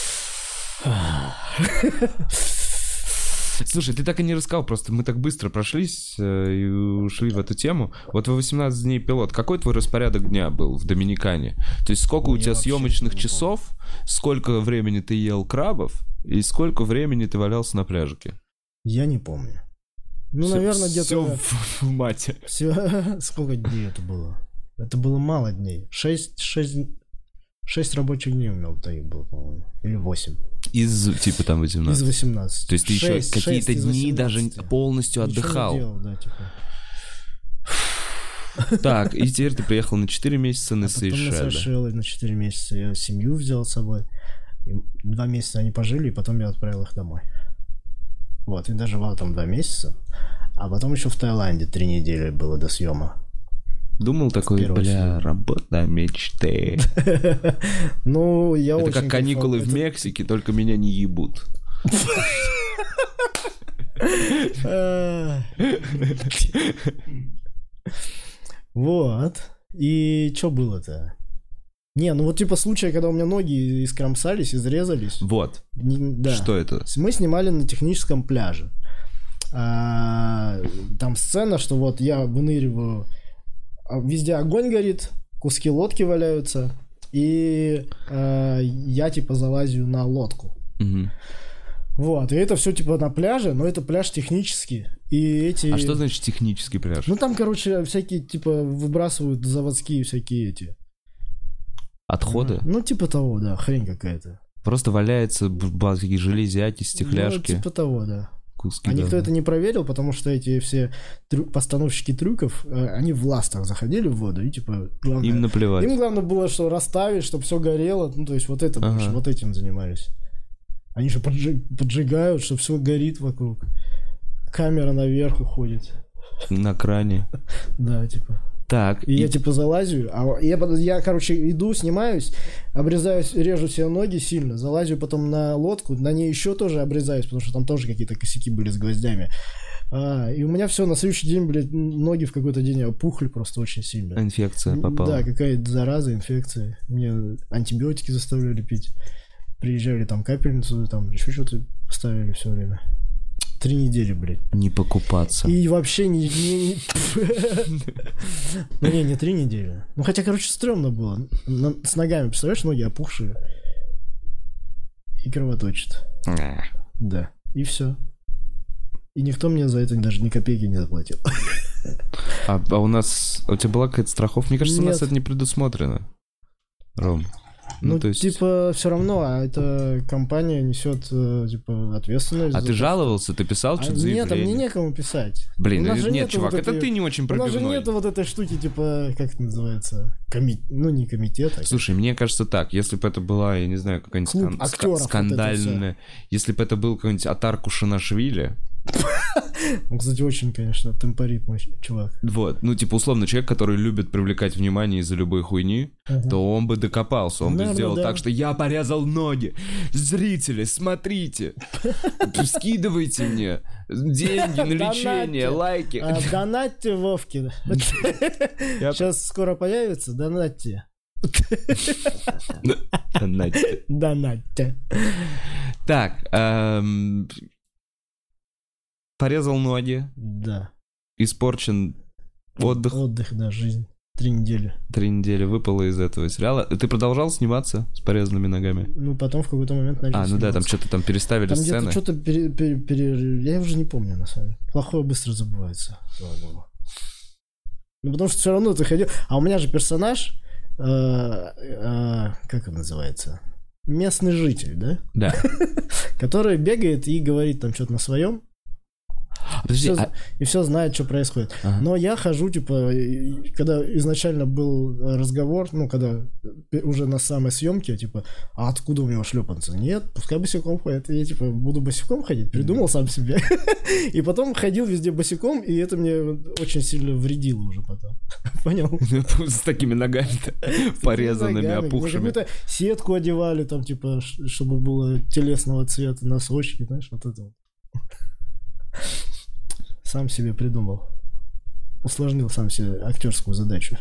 Слушай, ты так и не рассказал, просто мы так быстро прошлись и ушли в эту тему. Вот вы 18 дней пилот. Какой твой распорядок дня был в Доминикане? То есть сколько у тебя съемочных часов, сколько времени ты ел крабов и сколько времени ты валялся на пляжике? Я не помню. Ну, наверное, где-то... Все в мате. Сколько дней это было? Это было мало дней. 6 рабочих дней у меня в Таи было, по-моему. Или 8. Из, типа, там 18? Из 18. То есть ты еще какие-то дни даже полностью отдыхал? Ничего не делал, да, типа. Так, и теперь ты приехал на 4 месяца на Сейшелы. Потом на Сейшелы на 4 месяца. Я семью взял с собой. И 2 месяца они пожили, и потом я отправил их домой. Вот, и доживал там 2 месяца. А потом еще в Таиланде 3 недели было до съема. Думал такой, работа мечты. Ну, я очень... Это как каникулы в Мексике, только меня не ебут. Вот. И что было-то? Не, ну вот типа случай, когда у меня ноги искромсались, изрезались. Вот. Да. Что это? Мы снимали на техническом пляже. Там сцена, что вот я выныриваю, везде огонь горит, куски лодки валяются, и я типа залазю на лодку. Угу. Вот, и это все типа на пляже, но это пляж технический. И эти... А что значит технический пляж? Ну там, короче, всякие типа выбрасывают заводские всякие эти... Отходы? Ну типа того, да, хрень какая-то. Просто валяются такие железяки, стекляшки. Ну типа того, да. Куски, а никто это не проверил, потому что эти все постановщики трюков, они в ластах заходили в воду, и типа... Главное, им наплевать. Им главное было, что расставить, чтобы все горело, ну то есть вот это, вот этим занимались. Они же поджигают, что все горит вокруг. Камера наверх уходит. На кране. Да, типа. Так. И я типа залазю, я, короче, иду, снимаюсь, обрезаюсь, режу себе ноги сильно, залазю потом на лодку, на ней еще тоже обрезаюсь, потому что там тоже какие-то косяки были с гвоздями. И у меня все, на следующий день, блядь, ноги в какой-то день опухли просто очень сильно. Инфекция попала. Да, какая-то зараза, инфекция. Мне антибиотики заставляли пить. Приезжали там капельницу, там еще что-то ставили все время. 3 недели, блядь. Не покупаться. И вообще не 3 недели. Ну, хотя, короче, стрёмно было. С ногами, представляешь, ноги опухшие. И кровоточит. Да. И все. И никто мне за это даже ни копейки не заплатил. А у тебя была какая-то страховка? Мне кажется, у нас это не предусмотрено. Ром. Ну, то есть... типа, все равно, а эта компания несет, типа, ответственность. А ты жаловался, ты писал что-то заявление? Нет, а мне некому писать. Блин, нет, чувак, вот это ты не очень пробивной. У нас же нету вот этой штуки, типа, как это называется? Ну, не комитет, а... Слушай, мне кажется так, если бы это была, я не знаю, какая-нибудь скандальная... Если бы это был какой-нибудь Атар Кушанашвили... Он, кстати, очень, конечно, темпорит мой чувак. Вот, ну, типа, условно, человек, который любит привлекать внимание из-за любой хуйни, то он бы докопался, он бы сделал так, что я порезал ноги. Зрители, смотрите, скидывайте мне деньги на лечение, лайки. Донатьте Вовке. Сейчас скоро появится, донатьте. Донатьте. Так, порезал ноги. Да. Испорчен отдых. Отдых, да, жизнь. 3 недели. 3 недели выпало из этого сериала. Ты продолжал сниматься с порезанными ногами? Ну, потом в какой-то момент начал сниматься. Ну да, там что-то там переставили там сцены. Там что-то я уже не помню, на самом деле. Плохое быстро забывается. Слава богу. Ну, потому что все равно ты ходил... А у меня же персонаж... как он называется? Местный житель, да? Да. Который бегает и говорит там что-то на своем. Подожди, и все знает, что происходит. Но я хожу, типа, когда изначально был разговор, ну, когда уже на самой съемке, типа, а откуда у него шлепанцы? Нет, пускай босиком ходит. И я, типа, буду босиком ходить, придумал сам себе. И потом ходил везде босиком, и это мне очень сильно вредило уже потом. Понял? С такими ногами-то, порезанными, опухшими. Какую-то сетку одевали, там, типа, чтобы было телесного цвета носочки, знаешь, вот это вот. Сам себе придумал. Усложнил сам себе актерскую задачу.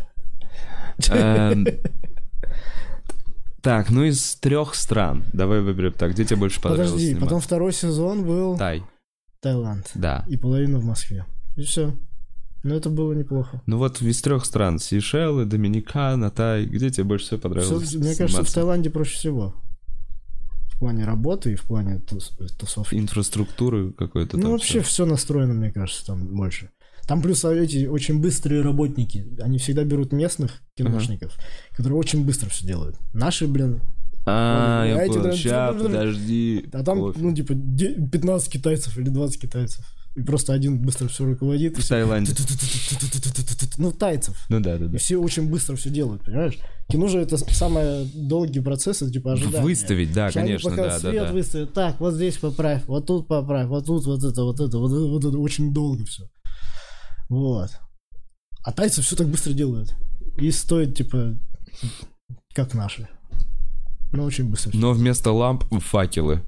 Так, ну из 3 стран. Давай выберем так. Где тебе больше понравилось Подожди, сниматься? потом 2 сезон был... Таиланд. Да. И половина в Москве. И все. Ну, это было неплохо. Ну вот из 3 стран. Сейшелы, Доминикана, Тай. Где тебе больше всего понравилось Мне кажется, в Таиланде проще всего. В плане работы и в плане тусовки. Инфраструктуры какой-то там. Ну, вообще все настроено, мне кажется, там больше. Там плюс эти очень быстрые работники. Они всегда берут местных киношников, которые очень быстро все делают. Наши, блин... я понял. Ща, подожди. А там, ну, типа, 15 китайцев или 20 китайцев. И просто один быстро все руководит. В Таиланде. Ну, тайцев. Ну да. И все очень быстро все делают, понимаешь? Кино же это самый долгий процесс, это типа ожидание. Выставить, да, конечно, да. Свет выставит, так, вот здесь поправь, вот тут поправь, вот тут вот это очень долго все. Вот. А тайцы все так быстро делают. И стоит, типа, как наши. Но очень быстро. Но вместо ламп факелы.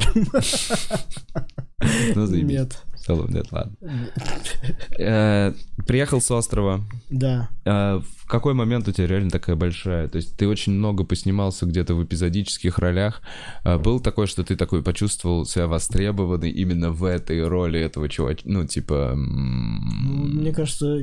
Ну, заебись. Нет. В целом, нет, ладно. Приехал с острова. Да. В какой момент у тебя реально такая большая? То есть ты очень много поснимался где-то в эпизодических ролях. Был такой, что ты такой почувствовал себя востребованный именно в этой роли этого чувака? Ну, типа... Мне кажется...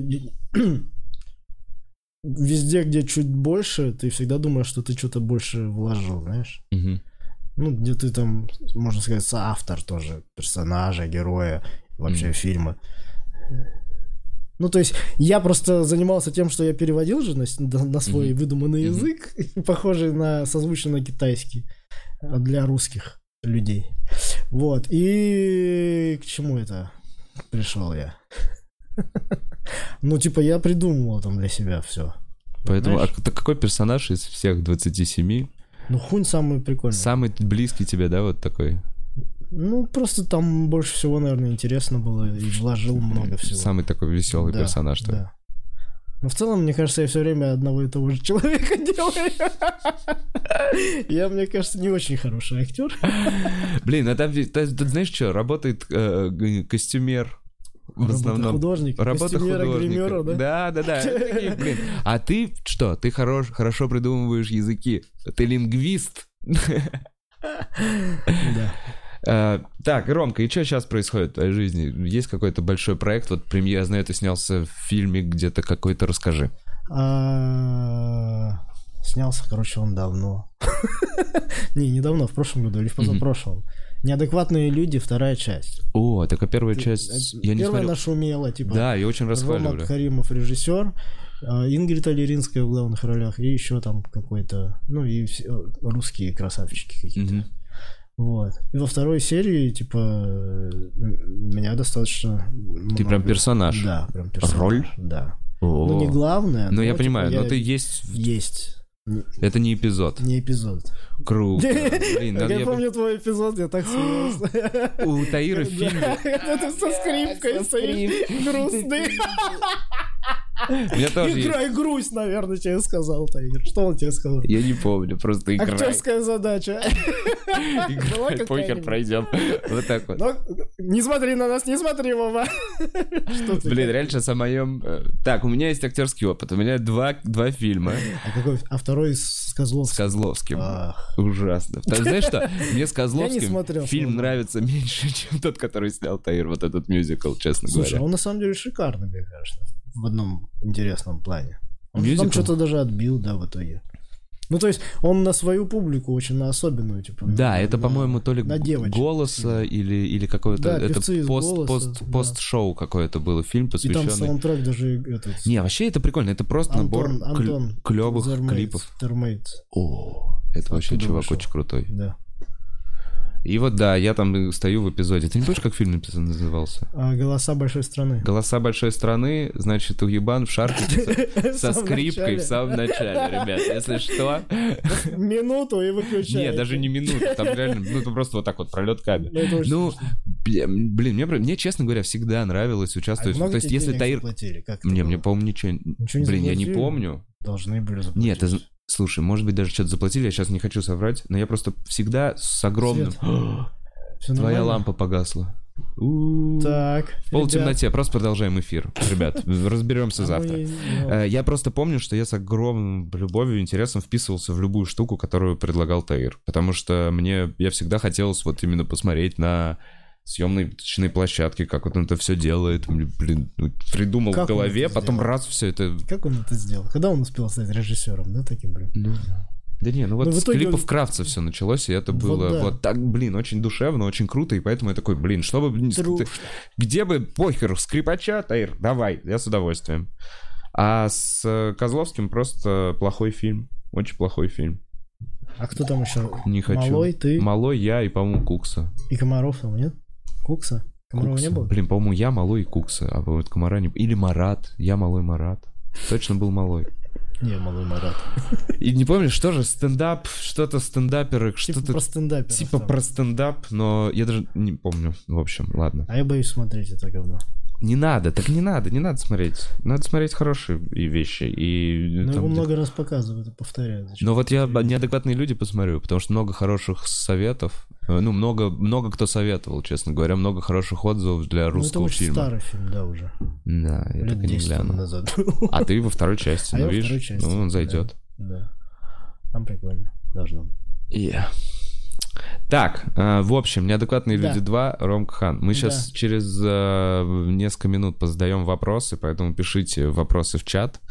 Везде, где чуть больше, ты всегда думаешь, что ты что-то больше вложил, знаешь? Ну, где ты там, можно сказать, соавтор тоже персонажа, героя, вообще фильма. Ну, то есть, я просто занимался тем, что я переводил же на свой выдуманный язык, похожий на созвучно на китайский для русских людей. Вот. И к чему это пришел я? Ну, типа, я придумывал там для себя все. Поэтому, а какой персонаж из всех 27? Ну, Хунь самый прикольный. Самый близкий тебе, да, вот такой? Ну, просто там больше всего, наверное, интересно было, и вложил много всего. Самый такой веселый персонаж, да. Но в целом, мне кажется, я все время одного и того же человека делаю. Я, мне кажется, не очень хороший актер. Блин, а там, знаешь что, работает костюмер. В основном. Работа костюмера, да? Да. Блин. А ты что? Ты хорошо придумываешь языки. Ты лингвист. Да. Так, Ромка, и что сейчас происходит в твоей жизни? Есть какой-то большой проект? Вот премьера, я знаю, ты снялся в фильме где-то какой-то, расскажи. Снялся, короче, он давно. Не давно, в прошлом году или в позапрошлом. «Неадекватные люди», вторая часть. О, так а первая часть я не смотрел. Первая нашумела, типа. Да, ее очень расхваливали. Рома Каримов режиссер, Ингрид Алиринская в главных ролях, и еще там какой-то, ну и русские красавчики какие-то. Вот. И во второй серии, типа, меня достаточно... Ты прям персонаж? Да, прям персонаж. Роль? Да. О. Ну, не главное. Ну, я понимаю, но ты есть... Есть. Это не эпизод. Не эпизод. Круто. Блин, я помню твой эпизод, я так смеялся. У Таира в фильме... Это со скрипкой стоишь, грустный. Играй грусть, наверное, тебе сказал Таир. Что он тебе сказал? Я не помню, просто играй. Актерская задача. Играй, похер, пройдем. Вот так вот. Не смотри на нас, не смотри, Вова. Блин, реально сейчас о моем... Так, у меня есть актерский опыт. У меня два фильма. А второй с Козловским. С Козловским. Ужасно. Знаешь что? Мне с Козловским фильм нравится меньше, чем тот, который снял Таир, вот этот мюзикл, честно говоря. Слушай, он на самом деле шикарный, мне кажется. В одном интересном плане. Он Мюзикл? там что-то даже отбил, да, в итоге. Ну, то есть, он на свою публику, очень на особенную, типа. Да, это, по-моему, то ли «Голоса» или какое-то... Да, это певцы из «Голоса». Пост-шоу какое-то было, фильм, посвященный... И там саундтрек даже... Не, вообще это прикольно, это просто набор клевых клипов. О, это вообще чувак очень крутой. Да. И вот да, я там стою в эпизоде. Ты не помнишь, как фильм назывался? «Голоса большой страны». «Голоса большой страны», значит, уебан в шарфике со скрипкой в самом начале, ребят. Если что... Минуту и выключай. Нет, даже не минуту. Там реально, ну это просто вот так вот, пролет кабель. Ну, блин, мне, честно говоря, всегда нравилось участвовать. То есть, если Таир... Мне, по-моему, ничего... Блин, я не помню. Должны были заплатить. Нет, слушай, может быть, даже что-то заплатили, я сейчас не хочу соврать, но я просто всегда с огромным... Твоя лампа погасла. Так, в полутемноте, просто продолжаем эфир. Ребят, разберемся завтра. Я просто помню, что я с огромной любовью и интересом вписывался в любую штуку, которую предлагал Таир. Потому что я всегда хотелось вот именно посмотреть на съемочной площадке, как вот он это все делает. Блин, придумал в голове, потом раз все это... Как он это сделал? Когда он успел стать режиссером, да, таким, блин? Да не, ну вот с клипов Кравца все началось, и это было вот так, блин, очень душевно, очень круто, и поэтому я такой, блин, чтобы... Где бы, похер, скрипача, Таир, давай, я с удовольствием. А с Козловским просто плохой фильм, очень плохой фильм. А кто там еще? Не хочу. Малой, ты? Малой, я и, по-моему, Кукса. И Комаров там, нет? Кукса? Комарова не было? Блин, по-моему, я, Малой и Кукса, а вот Комара не... Или Марат, я, Малой, Марат. Точно был Малой. Не, Малой Марат. И не помнишь, что же, стендап, что-то стендаперы, что-то... Про стендаперов. Типа про стендап, но я даже не помню. В общем, ладно. А я боюсь смотреть это говно. Не надо, так не надо смотреть. Надо смотреть хорошие вещи. И но его много раз показывают и повторяют. Но вот я «Неадекватные люди» посмотрю, потому что много хороших советов. Ну, много кто советовал, честно говоря. Много хороших отзывов для русского фильма. Это очень старый фильм, да, уже. Да, я так и не глянул. Назад. А ты во второй части, ну видишь? Ну, он зайдет. Да. Там прикольно. Должно. Так, в общем, «Неадекватные люди 2», Ромка Хан. Мы сейчас через несколько минут позадаем вопросы, поэтому пишите вопросы в чат.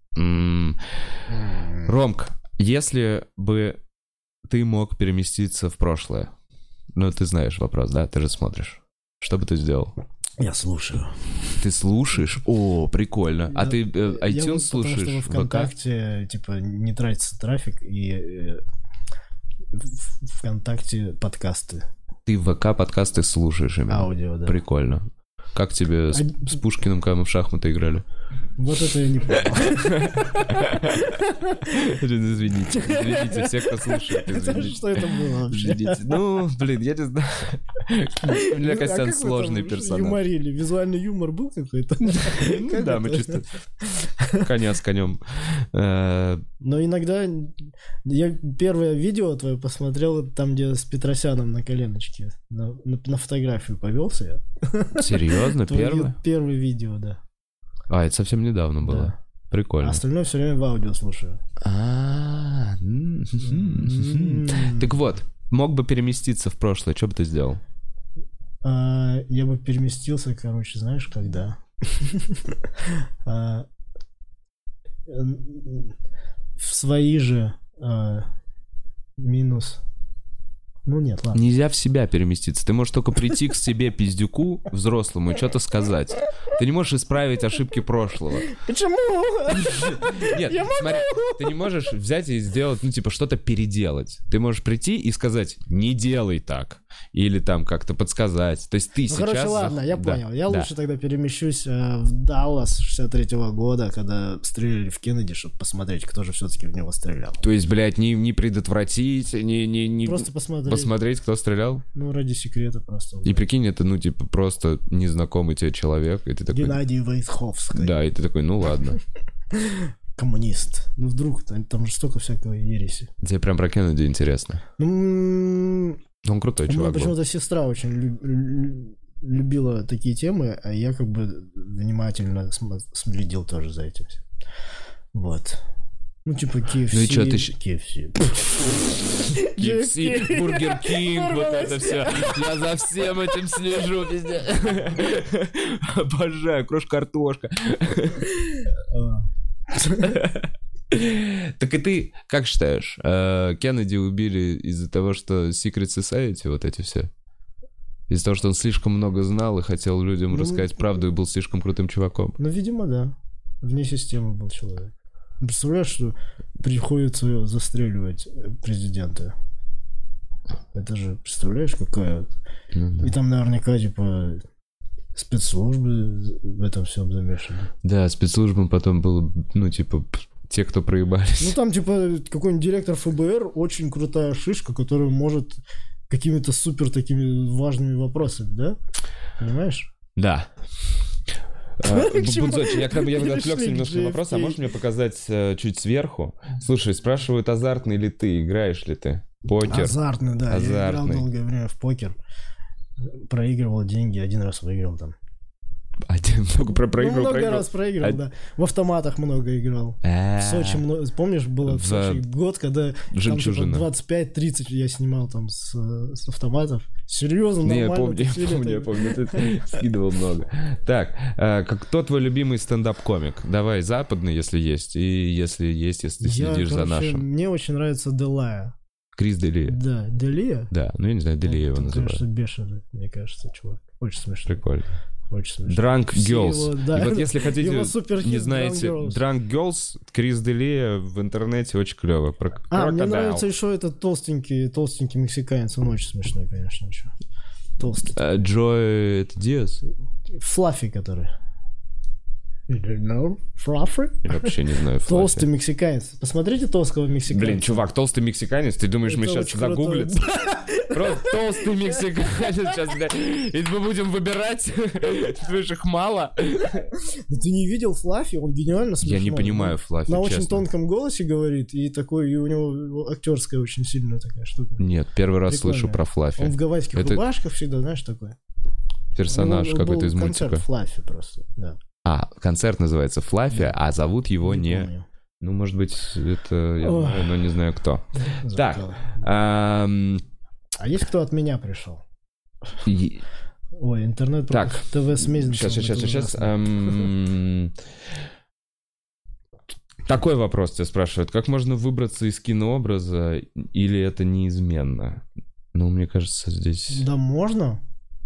Ромка, если бы ты мог переместиться в прошлое, ну, ты знаешь вопрос, да? Ты же смотришь. Что бы ты сделал? Я слушаю. Ты слушаешь? О, прикольно. А ты iTunes слушаешь? Потому что ВКонтакте, типа, не тратится трафик, и... ВКонтакте подкасты. Ты в ВК подкасты слушаешь именно? Аудио, да. Прикольно. Как тебе с Пушкиным, когда мы в шахматы играли? Вот это я не понял. Извините, все, кто слушает, извините. Что это было вообще? Ну, блин, я не знаю. Мне кажется, он сложный персонаж. Юморили. Визуальный юмор был какой-то? Да, мы чисто... коня с конем. Но иногда я первое видео твое посмотрел, там, где с Петросяном на коленочке. На фотографию повелся я. Серьезно? Первое? Первое видео, да. А, это совсем недавно было. Да. Прикольно. А остальное все время в аудио слушаю. Так вот, мог бы переместиться в прошлое, что бы ты сделал? Я бы переместился, короче, знаешь, когда? В свои же минус... Ну нет, ладно. Нельзя в себя переместиться. Ты можешь только прийти к себе пиздюку взрослому и что-то сказать. Ты не можешь исправить ошибки прошлого. Почему? Нет, смотри, ты не можешь взять и сделать, ну, типа, что-то переделать. Ты можешь прийти и сказать, не делай так. Или там как-то подсказать. То есть ты сейчас... Короче, ладно, я понял. Я лучше тогда перемещусь в Даллас 63-го года, когда стреляли в Кеннеди, чтобы посмотреть, кто же все-таки в него стрелял. То есть, блядь, не предотвратить, не... Просто посмотреть, кто стрелял? Ну, ради секрета просто. И прикинь, это, ну, типа, просто незнакомый тебе человек, и ты такой... Геннадий Войцховский. Да, и ты такой, ну ладно. Коммунист. Ну, вдруг, там же столько всякого ереси. Тебе прям про Кеннеди интересно. Он крутой чувак. У меня почему-то сестра очень любила такие темы, а я как бы внимательно следил тоже за этим. Вот. Ну, типа KFC. Ну и что ты... KFC, Бургер Кинг, вот это все. Я за всем этим слежу везде. Обожаю, крошка-картошка. Так и ты, как считаешь, Кеннеди убили из-за того, что Secret Society, вот эти все? Из-за того, что он слишком много знал и хотел людям рассказать правду и был слишком крутым чуваком? Ну, видимо, да. Вне системы был человек. Представляешь, что приходится застреливать президента? Это же, представляешь, какая... И там наверняка, типа, спецслужбы в этом всем замешаны. Да, спецслужбам потом было, ну, типа... Те, кто проебались. Ну, там, типа, какой-нибудь директор ФБР, очень крутая шишка, которая может какими-то супер такими важными вопросами, да? Понимаешь? Да. Будзочи, я отвлекся немножко на вопрос, а можешь мне показать чуть сверху? Слушай, спрашивают, азартный ли ты, играешь ли ты? Покер. Азартный, да. Я играл долгое время в покер. Проигрывал деньги, один раз выиграл там. Много раз проиграл, да. В автоматах много играл. В Сочи много. Помнишь, было в Сочи год, когда там, типа, 25-30 я снимал там с автоматов. Серьезно, нормально. Я помню, ты скидывал много. Так, кто твой любимый стендап-комик? Давай западный, если есть, и если есть, если ты следишь за нашим. Мне очень нравится Делая. Крис Делия. Да, Делия? Да, ну я не знаю, Делия его называют. Конечно, бешеный, мне кажется, чувак. Очень смешно. Прикольно. Очень смешно. Drunk Girls. Да, и вот если хотите, не не знаете, Drunk Girls, Крис Делия в интернете очень клево. Мне нравится еще этот толстенький мексиканец. Он очень смешной, конечно, еще. Толстый. Джой, это Диас? Флаффи, который. You don't know? Fluffy? Я вообще не знаю. Толстый мексиканец. Посмотрите толстого мексиканца. Блин, чувак, толстый мексиканец? Ты думаешь, мы сейчас загуглим? Просто толстый мексиканец сейчас, блядь. И мы будем выбирать. Ты думаешь, их мало? Ты не видел Флаффи? Он гениально смешной. Я не понимаю Флаффи, на очень тонком голосе говорит, и такой, и у него актерская очень сильная такая штука. Нет, первый раз слышу про Флаффи. Он в гавайских рубашках всегда, знаешь, такой. Персонаж какой-то из мультика. Концерт Флаффи просто, да. Концерт называется Флаффи, а зовут его не... помню. Ну, может быть, это я знаю, но не знаю кто. Так. А есть кто от меня пришел? Ой, интернет так. ТВ с Мезенцевым. Сейчас. Такой вопрос тебя спрашивают. Как можно выбраться из кинообраза, или это неизменно? Ну, мне кажется, здесь... Да можно.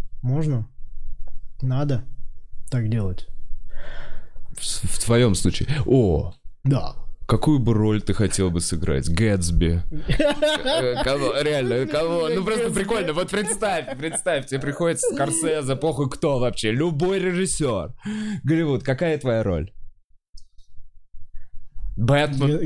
Надо так делать. В твоем случае. Да. Какую бы роль ты хотел бы сыграть? Гэтсби. Кого? Реально, кого? Ну просто прикольно. Вот представь, тебе приходит Скорсезе, похуй кто вообще. Любой режиссер. Голливуд, какая твоя роль? Бэтмен.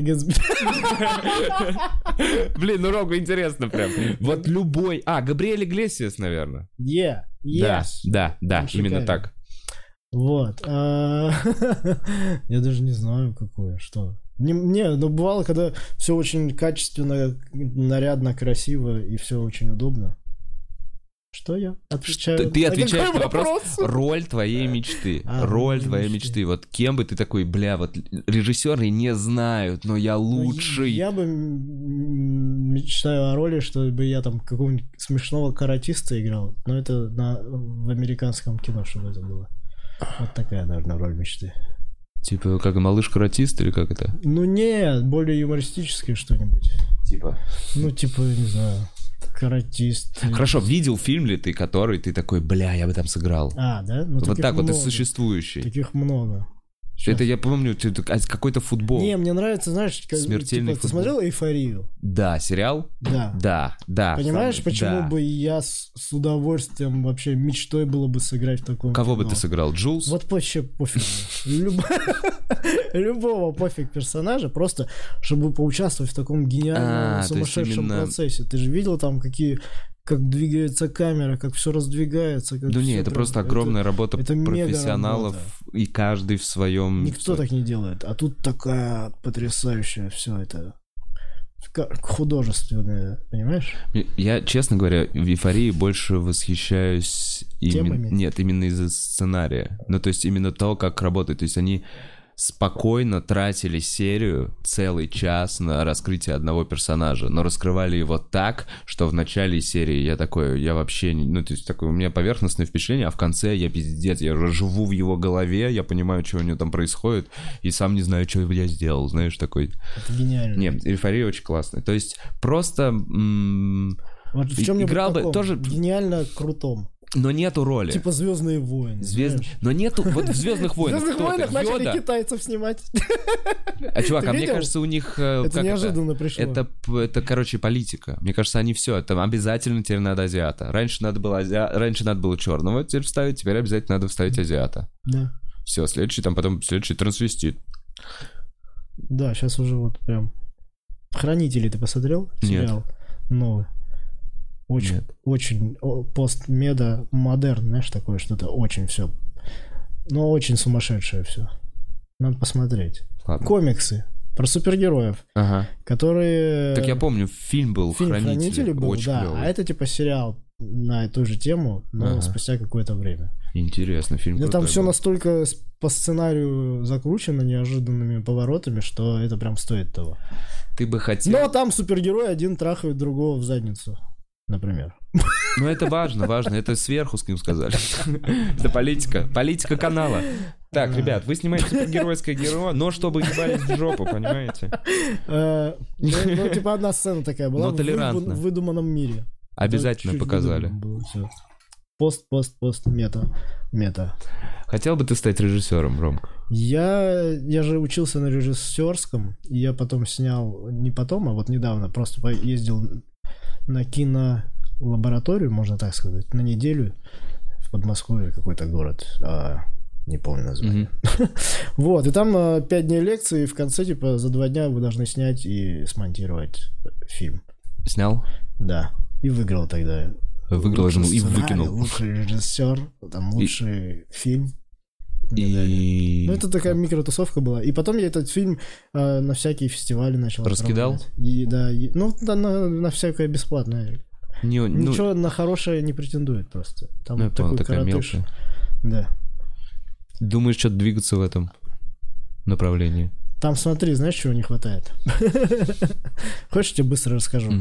Блин, ну Рогу интересно прям. Вот любой... Габриэль Иглесиас, наверное. Yes. Да, именно так. Вот. Я даже не знаю, какое, что. Но бывало, когда все очень качественно, нарядно, красиво и все очень удобно. Что я отвечаю? Ты отвечаешь на вопрос роль твоей мечты. Роль твоей мечты. Вот кем бы ты такой, вот режиссеры не знают, но я лучший. Я бы мечтаю о роли, чтобы я там какого-нибудь смешного каратиста играл, но это в американском кино, чтобы это было. Вот такая, наверное, роль мечты. Типа как малыш-каратист или как это? Ну нет, более юмористическое что-нибудь. Типа? Ну типа, не знаю... Каратист. Хорошо, видел фильм ли ты, который ты такой, я бы там сыграл? Да? Ну, вот так много. Вот, существующий. Таких много. Это я помню, какой-то футбол. Не, мне нравится, знаешь, смертельный футбол. Ты смотрел «Эйфорию»? Да, сериал? Да. Понимаешь, почему бы я с удовольствием вообще мечтой было бы сыграть в таком Кого кино? бы ты сыграл? Джулс? Вот вообще пофиг. Любого пофиг персонажа, просто чтобы поучаствовать в таком гениальном сумасшедшем процессе. Ты же видел там как двигается камера, как все раздвигается. Это просто огромная работа профессионалов, и каждый в своем... Никто так не делает. А тут такая потрясающая все это художественное, понимаешь? Я, честно говоря, в «Эйфории» больше восхищаюсь именно из-за сценария. Ну, то есть именно то, как работает. То есть они спокойно тратили серию, целый час на раскрытие одного персонажа, но раскрывали его так, что в начале серии я вообще, то есть такое у меня поверхностное впечатление, а в конце я живу в его голове, я понимаю, что у него там происходит, и сам не знаю, что я сделал, знаешь, такой... Это гениально. Нет, «Эйфория» очень классная. То есть просто... Вот в чем-нибудь играл таком, бы тоже гениально крутом. Но нету роли. Типа «Звездные войны». Но нету... Вот в «Звездных войнах» В «Звездных войнах» начали китайцев снимать. Чувак, мне кажется, у них... Это неожиданно пришло. Это, короче, политика. Мне кажется, они все. Там обязательно теперь надо азиата. Раньше надо было черного теперь вставить, теперь обязательно надо вставить азиата. Да. Все, потом следующий трансвестит. Да, сейчас уже вот прям... «Хранители» ты посмотрел? Сериал? Новый. Очень постмеда, модерн, знаешь, такое что-то очень все. Но очень сумасшедшее все. Надо посмотреть. Ладно. Комиксы про супергероев, которые... Так я помню, фильм был «Хранители» был, очень да, клевый. А это типа сериал на эту же тему, но спустя какое-то время. Интересно, фильм крутой там все был. настолько по сценарию закручено неожиданными поворотами, что это прям стоит того. Ты бы хотел... Но там супергерой один трахает другого в задницу. Например. Ну, это важно. Это сверху с кем сказали. Это политика канала. Так, ребят, вы снимаете супергеройское героя, но чтобы ебались в жопу, понимаете? Ну, типа одна сцена такая была в выдуманном мире. Обязательно показали. Пост, мета. Хотел бы ты стать режиссером, Ромка? Я же учился на режиссерском, и я потом снял, не потом, а вот недавно, просто ездил на кинолабораторию, можно так сказать, на неделю в Подмосковье, какой-то город, не помню название. Вот, и там 5 дней лекции, и в конце, типа, за 2 дня вы должны снять и смонтировать фильм. Снял? Да, и выиграл тогда. Выиграл и выкинул. Лучший режиссер, там лучший фильм. Ну, это такая микротусовка была. И потом я этот фильм на всякие фестивали начал раскидал? На всякое бесплатное. Ничего на хорошее не претендует просто. Там такой коротыш. Да. Думаешь, что-то двигаться в этом направлении? Там, смотри, знаешь, чего не хватает? Хочешь, я тебе быстро расскажу?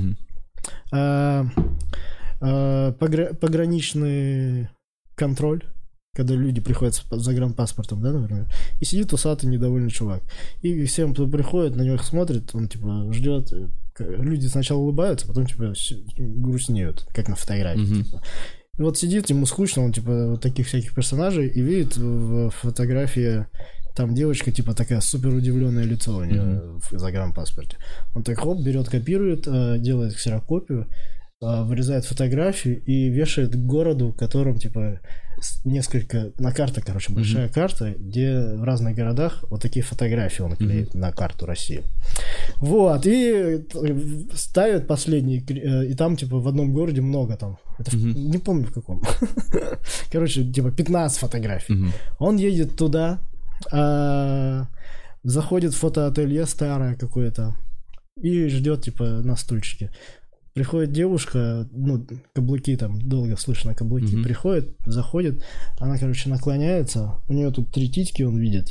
Пограничный контроль, когда люди приходят с загранпаспортом, да, например, и сидит усатый недовольный чувак. И всем, кто приходит, на него смотрит, он, типа, ждет. Люди сначала улыбаются, потом, типа, грустнеют, как на фотографии. Типа. И вот сидит, ему скучно, он, типа, вот таких всяких персонажей, и видит в фотографии, там девочка, типа, такая супер удивленное лицо у нее в загранпаспорте. Он так, хоп, берет, копирует, делает ксерокопию, вырезает фотографию и вешает к городу, в котором, типа, несколько... На карте, короче, большая карта, где в разных городах вот такие фотографии он клеит на карту России. Вот, и ставит последний, и там, типа, в одном городе много там. Это не помню в каком. Короче, типа, 15 фотографий. Он едет туда, заходит в фотоателье старое какое-то и ждет, типа, на стульчике. Приходит девушка, ну, каблуки там, долго слышно каблуки, приходит, заходит, она, короче, наклоняется, у нее тут 3 титьки, он видит.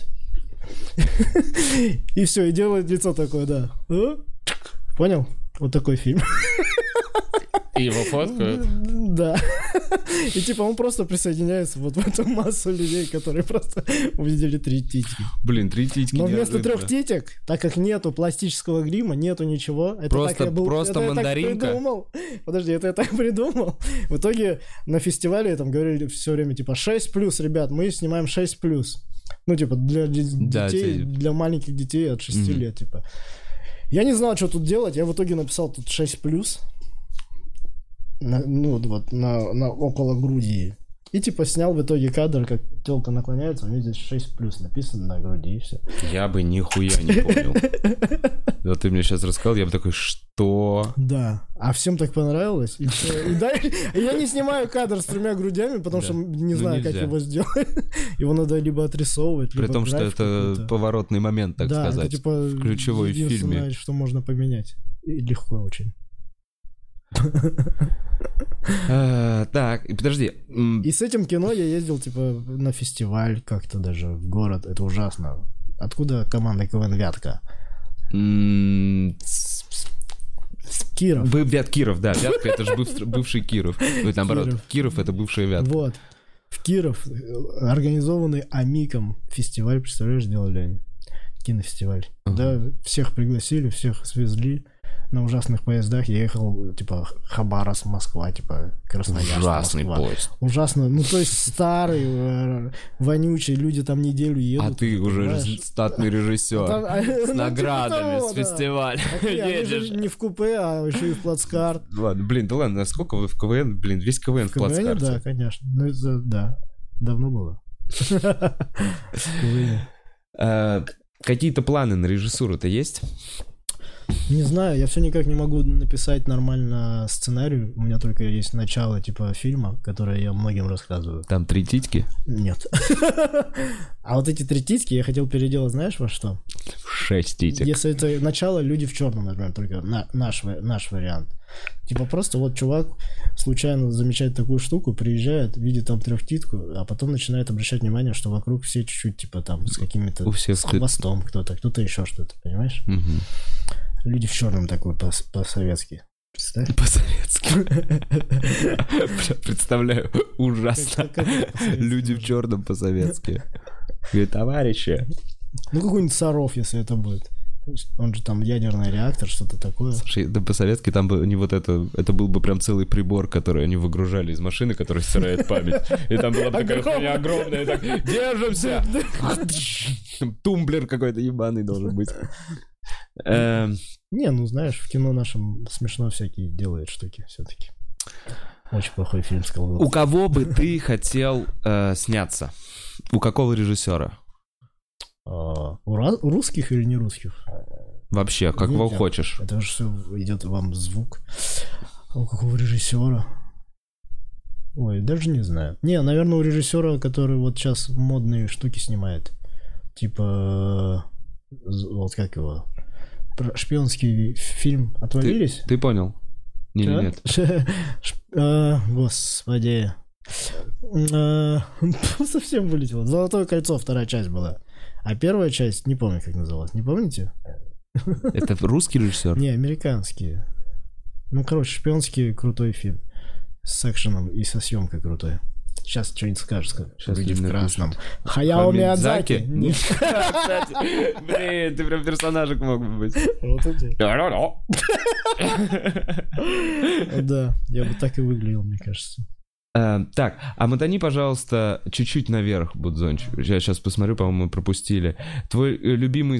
И все, и делает лицо такое, да. Понял? Вот такой фильм. И его фоткают? Да. И типа он просто присоединяется вот в эту массу людей, которые просто увидели 3 титьки. Блин, 3 титьки. Но вместо 3 титек, так как нету пластического грима, нету ничего. Это просто мандаринка. Подожди, это я так придумал. В итоге на фестивале там говорили все время типа 6+, ребят, мы снимаем 6+. Ну типа для детей, для маленьких детей от 6 лет, типа. Я не знал, что тут делать, я в итоге написал тут 6+. На около груди. И типа снял в итоге кадр, как телка наклоняется, у нее здесь 6+ написано на груди, и все. Я бы нихуя не понял. Вот ты мне сейчас рассказал, я бы такой, что? Да, а всем так понравилось. И я не снимаю кадр с 3 грудями, потому что не знаю, как его сделать. Его надо либо отрисовывать, либо при том, что это поворотный момент, так сказать. Да, это типа ключевой в фильме. Единственное, что можно поменять. И легко очень. Так, подожди. И с этим кино я ездил, типа, на фестиваль как-то даже в город. Это ужасно. Откуда команда КВН «Вятка»? Киров. Киров, да. Вятка — это же бывший Киров. Наоборот, Киров — это бывшая Вятка. Вот. В Киров организованный АМИКом фестиваль, представляешь, делали они? Кинофестиваль. Да, всех пригласили, всех свезли. На ужасных поездах я ехал, типа, Хабаровск, Москва, типа, Красноярск, ужасный Москва. Поезд. Ужасно. Ну, то есть старый, вонючий, люди там неделю едут. А ты уже статный режиссер. С наградами, с фестиваля. Едешь. Не в купе, а еще и в плацкарт. Ладно, блин, да ладно, насколько вы в КВН, блин, весь КВН в плацкарте. Да, конечно. Ну, это, да, давно было. Какие-то планы на режиссуру-то есть? Не знаю, я все никак не могу написать нормально сценарий. У меня только есть начало типа фильма, которое я многим рассказываю. Там 3 титьки? Нет. А вот эти 3 титьки я хотел переделать, знаешь, во что? 6 титек. Если это начало «Люди в черном», например, только наш вариант. Типа просто вот чувак случайно замечает такую штуку, приезжает, видит там 3 титку, а потом начинает обращать внимание, что вокруг все чуть-чуть типа там с какими-то с хвостом кто-то еще что-то, понимаешь? «Люди в черном» такой по-советски. Представь? По-советски. Представляю, ужасно. «Люди в черном» по-советски. Говорит, товарищи. Ну какой-нибудь Саров, если это будет. Он же там ядерный реактор, что-то такое. Слушай, да по-советски там бы не вот это был бы прям целый прибор, который они выгружали из машины, который стирает память. И там была бы такая хуйня огромная, и так, держимся! Тумблер какой-то ебаный должен быть. Не, ну знаешь, в кино нашем смешно всякие делают штуки все-таки. Очень плохой фильм сказал. У кого бы ты хотел сняться? У какого режиссера? У русских или не русских? Вообще, какого хочешь. Это же все идет вам звук. У какого режиссера? Ой, даже не знаю. Не, наверное, у режиссера, который вот сейчас модные штуки снимает. Типа, вот как его? Шпионский фильм «Отвалились»? Ты понял? Нет. Господи. Совсем вылетело. «Золотое кольцо» 2-я часть была. А 1-я часть, не помню, как называлась. Не помните? Это русский режиссер? Не, американский. Ну, короче, шпионский крутой фильм. С экшеном и со съемкой крутой. Сейчас что-нибудь скажешь, сейчас люди в красном. Хаяо Миядзаки. Блин, ты прям персонажик мог бы быть. Да, я бы так и выглядел, мне кажется. Так, а мотани, пожалуйста, чуть-чуть наверх, Будзонч. Я сейчас посмотрю, по-моему, мы пропустили. Твой любимый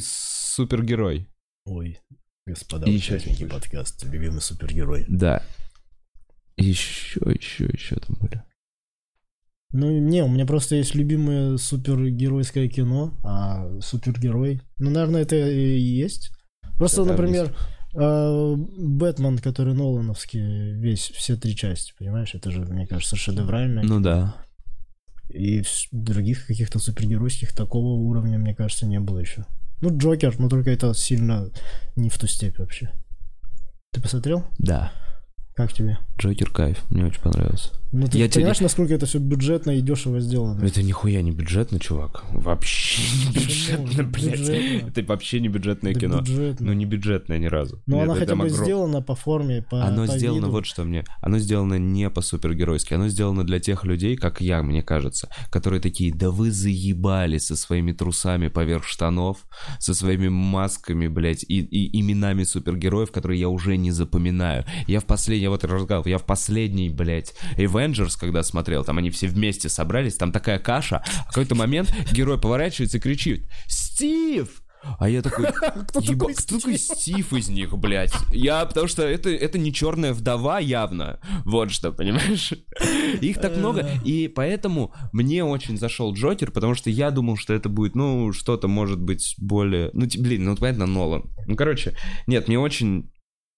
супергерой. Ой, господа участники подкаста, любимый супергерой. Да. Еще там были. Ну, у меня просто есть любимое супергеройское кино, а супергерой... Ну, наверное, это и есть. Просто, например, Бэтмен, который нолановский, все 3 части, понимаешь? Это же, мне кажется, шедеврально. Ну да. И других каких-то супергеройских такого уровня, мне кажется, не было еще. Ну, Джокер, но только это сильно не в ту степь вообще. Ты посмотрел? Да. Как тебе? Джокер кайф, мне очень понравился. Ну, ты понимаешь, насколько это все бюджетно и дешево сделано? Это нихуя не бюджетно, чувак. Вообще не бюджетно, блядь. Это вообще не бюджетное кино. Ну, не бюджетное ни разу. Но она хотя бы сделана по форме, по Оно сделано, виду. вот что мне... Оно сделано не по-супергеройски. Оно сделано для тех людей, как я, мне кажется, которые такие: да вы заебали со своими трусами поверх штанов, со своими масками, блядь, и именами супергероев, которые я уже не запоминаю. Я в последний, блядь, Avengers, когда смотрел, там они все вместе собрались, там такая каша, а в какой-то момент герой поворачивается и кричит: «Стив!» А я такой: кто такой Стив из них, блядь? Потому что это не черная вдова явно. Вот что, понимаешь? Их так много. И поэтому мне очень зашел Джокер, потому что я думал, что это будет, ну, что-то может быть более... Ну, понятно, Нолан. Ну, короче, нет, мне очень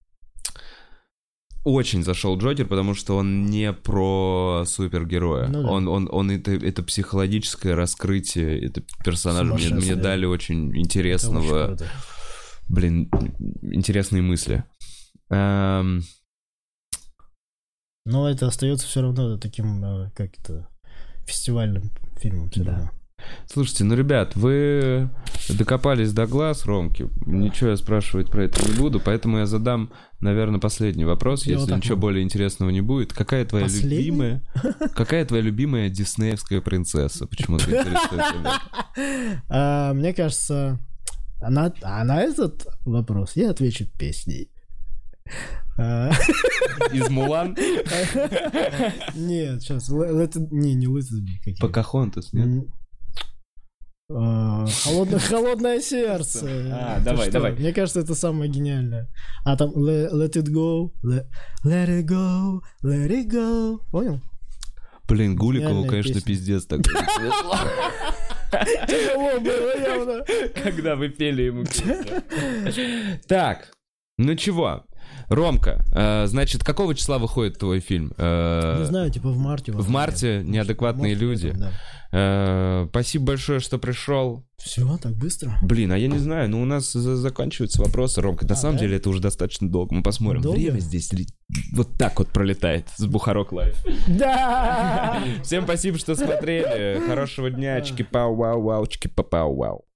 зашел Джокер, потому что он не про супергероя. Ну, да. Он это психологическое раскрытие, это персонажа мне дали очень интересного... интересные мысли. Но это остается все равно таким, фестивальным фильмом все равно. Слушайте, ну, ребят, вы докопались до глаз Ромки. Ничего я спрашивать про это не буду, поэтому я задам, наверное, последний вопрос, если ничего более интересного не будет. Какая твоя любимая диснеевская принцесса? Почему ты интересуешься? Мне кажется, на этот вопрос я отвечу песней. Из Мулан? Нет, сейчас. Не Let It Be. Покахонтас, нет? Холодное сердце. Давай. Мне кажется, это самое гениальное. А там Let It Go, Let It Go, Let It Go. Понял? Блин, Гуликову, конечно, пиздец такой. Тяжело было явно. Когда вы пели ему песню. Так, ну чего? Ромка, значит, какого числа выходит твой фильм? Не знаю, типа в марте. В марте «Неадекватные люди». Спасибо большое, что пришел. Все, так быстро? Блин, а я не знаю, но у нас заканчиваются вопросы, Ромка. На самом деле это уже достаточно долго. Мы посмотрим. Долго? Время здесь вот так вот пролетает с Бухарок Лайф. Да! Всем спасибо, что смотрели. Хорошего дня. Чики-пау-вау-вау, чики-пау-вау.